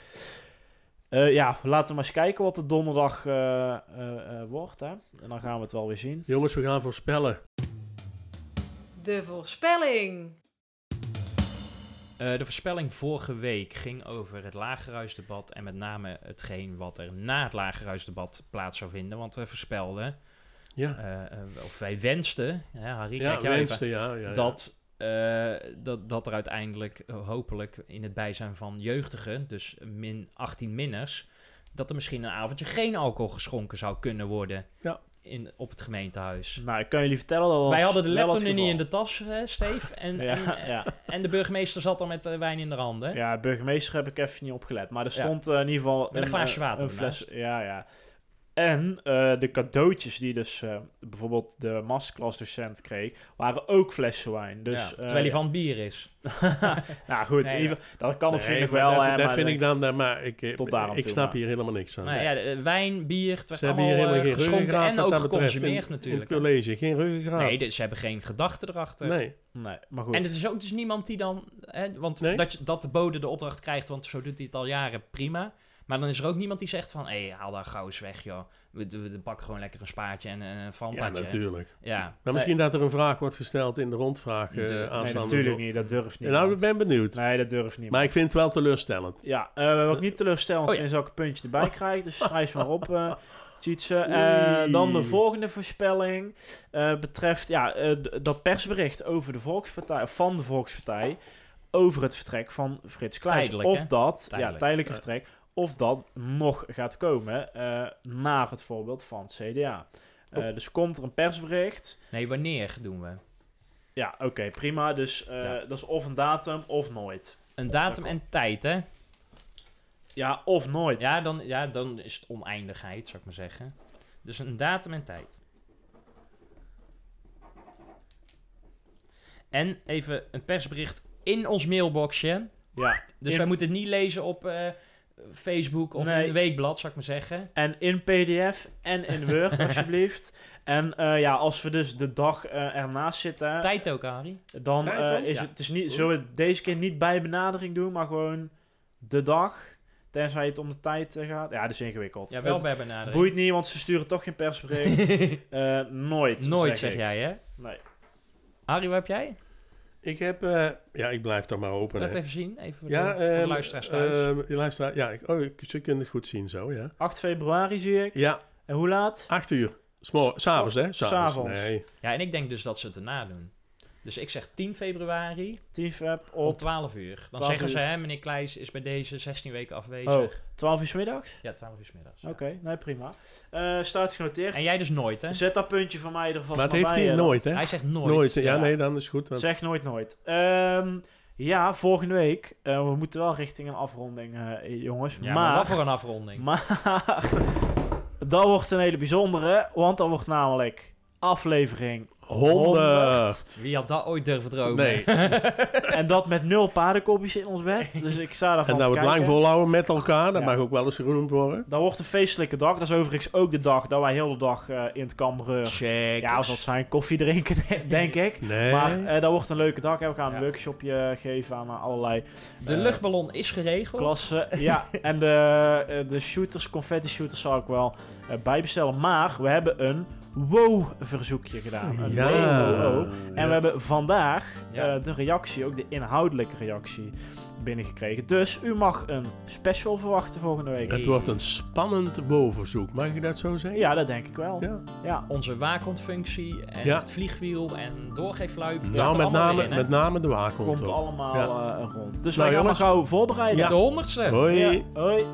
Uh, ja, laten we maar eens kijken wat de donderdag uh, uh, uh, wordt. Hè? En dan gaan we het wel weer zien. Jongens, we gaan voorspellen. De voorspelling. Uh, de voorspelling vorige week ging over het Lagerhuisdebat en met name hetgeen wat er na het Lagerhuisdebat plaats zou vinden. Want we voorspelden, Ja. uh, uh, of wij wensten, ja, Harry, Ja, kijk jou wensten, even, ja, ja, ja. Dat, uh, dat, dat er uiteindelijk uh, hopelijk in het bijzijn van jeugdigen, dus min achttien minners, dat er misschien een avondje geen alcohol geschonken zou kunnen worden. Ja. In, op het gemeentehuis. Nou, ik kan jullie vertellen dat was Wij hadden de wel laptop het nu niet in geval. de tas, hè, Steve. En, Ja, en, ja. en de burgemeester zat dan met uh, wijn in de handen. Ja, burgemeester heb ik even niet opgelet. Maar er Ja. stond uh, in ieder geval... Met een glaasje uh, water Een fles, ernaast. ja, ja. En uh, de cadeautjes die dus uh, bijvoorbeeld de masterclassdocent kreeg, waren ook flessen wijn. Dus, Ja, uh, terwijl hij van bier is. nou goed, Nee, in ieder geval, dat kan op zich nog maar wel. Dat, hè, dat maar vind ik ik dan, uh, maar ik, tot ik, daarom ik toe, snap maar. hier helemaal niks van. Nou ja, de, wijn, bier, het werd Ze hebben allemaal hier helemaal uh, geen geschonken ruggengraat en wat ook dat betreft geconsumeerd in, natuurlijk. In het college, geen ruggengraat. Nee, dus ze hebben geen gedachten erachter. Nee. Nee, maar goed. En het is ook dus niemand die dan... Hè, want Nee. dat, je- dat de bode de opdracht krijgt, want zo doet hij het al jaren, prima. Maar dan is er ook niemand die zegt van... hé, hey, haal daar gauw eens weg, joh. We, we, we pakken gewoon lekker een spaartje en een fantaatje. Ja, natuurlijk. Ja. Maar misschien dat er een vraag wordt gesteld in de rondvraag. Uh, de, nee, natuurlijk niet. Dat durft niet. Nou, ik ben benieuwd. Nee, dat durft niet. Maar ik vind het wel teleurstellend. Ja, uh, wat niet teleurstellend oh, ja. vind is welke puntje erbij krijgt. Dus schrijf maar op, uh, Tjitse. Uh, dan de volgende voorspelling uh, betreft ja, uh, d- dat persbericht over de Volkspartij, of van de Volkspartij, over het vertrek van Frits Kleijs. Tijdelijk, of hè? dat, Tijdelijk. ja, tijdelijke Ja. vertrek, of dat nog gaat komen uh, naar het voorbeeld van het C D A. Uh, Oh. Dus komt er een persbericht. Nee, wanneer doen we? Ja, oké, okay, prima. Dus uh, ja. dat is of een datum of nooit. Een datum en tijd, hè? Ja, of nooit. Ja, dan, ja, dan is het oneindigheid, zou ik maar zeggen. Dus een datum en tijd. En even een persbericht in ons mailboxje. Ja. Dus in... wij moeten het niet lezen op uh, Facebook of nee. een weekblad, zou ik maar zeggen. En in P D F en in Word, alsjeblieft. En uh, ja, als we dus de dag uh, ernaast zitten... Tijd ook, Arie. Dan Tijd uh, ook? is Ja. het, het is niet, zullen we het deze keer niet bij benadering doen, maar gewoon de dag... Tenzij het om de tijd uh, gaat. Ja, dat is ingewikkeld. Ja, wel het bij benadering. Boeit niet, want ze sturen toch geen persbericht. uh, nooit, Nooit, zeg, zeg jij, hè? Nee. Arie, wat heb jij? Ik heb... Uh, ja, ik blijf toch maar open. Laat hè. even zien. Even voor, ja, de, voor de um, luisteraars thuis. Uh, luisteraar, ja, ik, oh, ik, ze kunnen het goed zien zo, ja. acht februari zie ik. Ja. En hoe laat? acht uur. Smo- S'avonds, hè? S'avonds. S'avonds. Nee. Ja, en ik denk dus dat ze het erna doen. Dus ik zeg tien februari. tien feb om op twaalf uur. Dan twaalf zeggen uur. ze, hè, meneer Kleijs is bij deze zestien weken afwezig. Oh, twaalf uur 's middags? Ja, twaalf uur 's middags. Oké, okay, nee, prima. Uh, staat genoteerd. En jij dus nooit, hè? Zet dat puntje van mij er vast Maar het maar heeft bij, hij uh, nooit, hè? Hij zegt nooit. Nooit, ja, Ja. nee, dan is het goed. Want... Zeg nooit nooit. Um, ja, volgende week. Uh, we moeten wel richting een afronding, uh, jongens. Ja, maar, maar wat voor een afronding? Maar dat wordt een hele bijzondere, want dat wordt namelijk aflevering honderd. Wie had dat ooit durven dromen? Nee. En dat met nul paardenkopjes in ons bed. Dus ik sta daarvan En dat te we het kijken. lang volhouden met elkaar. Dat Ja. mag ook wel eens genoemd worden. Dat wordt een feestelijke dag. Dat is overigens ook de dag dat wij heel de dag uh, in het Cambreur... Check. Ja, als dat zijn koffie drinken, denk ik. Nee. Maar uh, dat wordt een leuke dag. Hè. We gaan Ja. een workshopje geven aan uh, allerlei... De uh, luchtballon is geregeld. klassen. Ja, en de, uh, de shooters, confetti shooters zal ik wel uh, bijbestellen. Maar we hebben een wow-verzoekje gedaan. Een Ja. wow, wow, wow. En Ja. we hebben vandaag uh, Ja. de reactie, ook de inhoudelijke reactie, binnengekregen. Dus u mag een special verwachten volgende week. Het wordt een spannend bovenzoek. Mag ik dat zo zeggen? Ja, dat denk ik wel. Ja. Ja. Onze waakhondfunctie en Ja. het vliegwiel en doorgeefluik. zit er Nou, met allemaal name, weer in, hè? met name de waakhond. Komt ook. allemaal Ja. uh, rond. Dus Nou, wij gaan maar jongens. gauw voorbereiden. Ja. De honderdste. Hoi. Ja, hoi.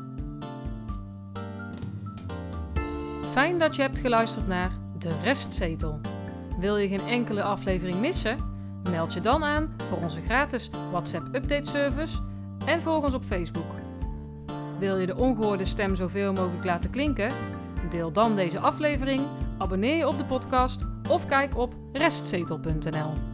Fijn dat je hebt geluisterd naar De Restzetel. Wil je geen enkele aflevering missen? Meld je dan aan voor onze gratis WhatsApp update service en volg ons op Facebook. Wil je de ongehoorde stem zoveel mogelijk laten klinken? Deel dan deze aflevering, abonneer je op de podcast of kijk op restzetel punt n l.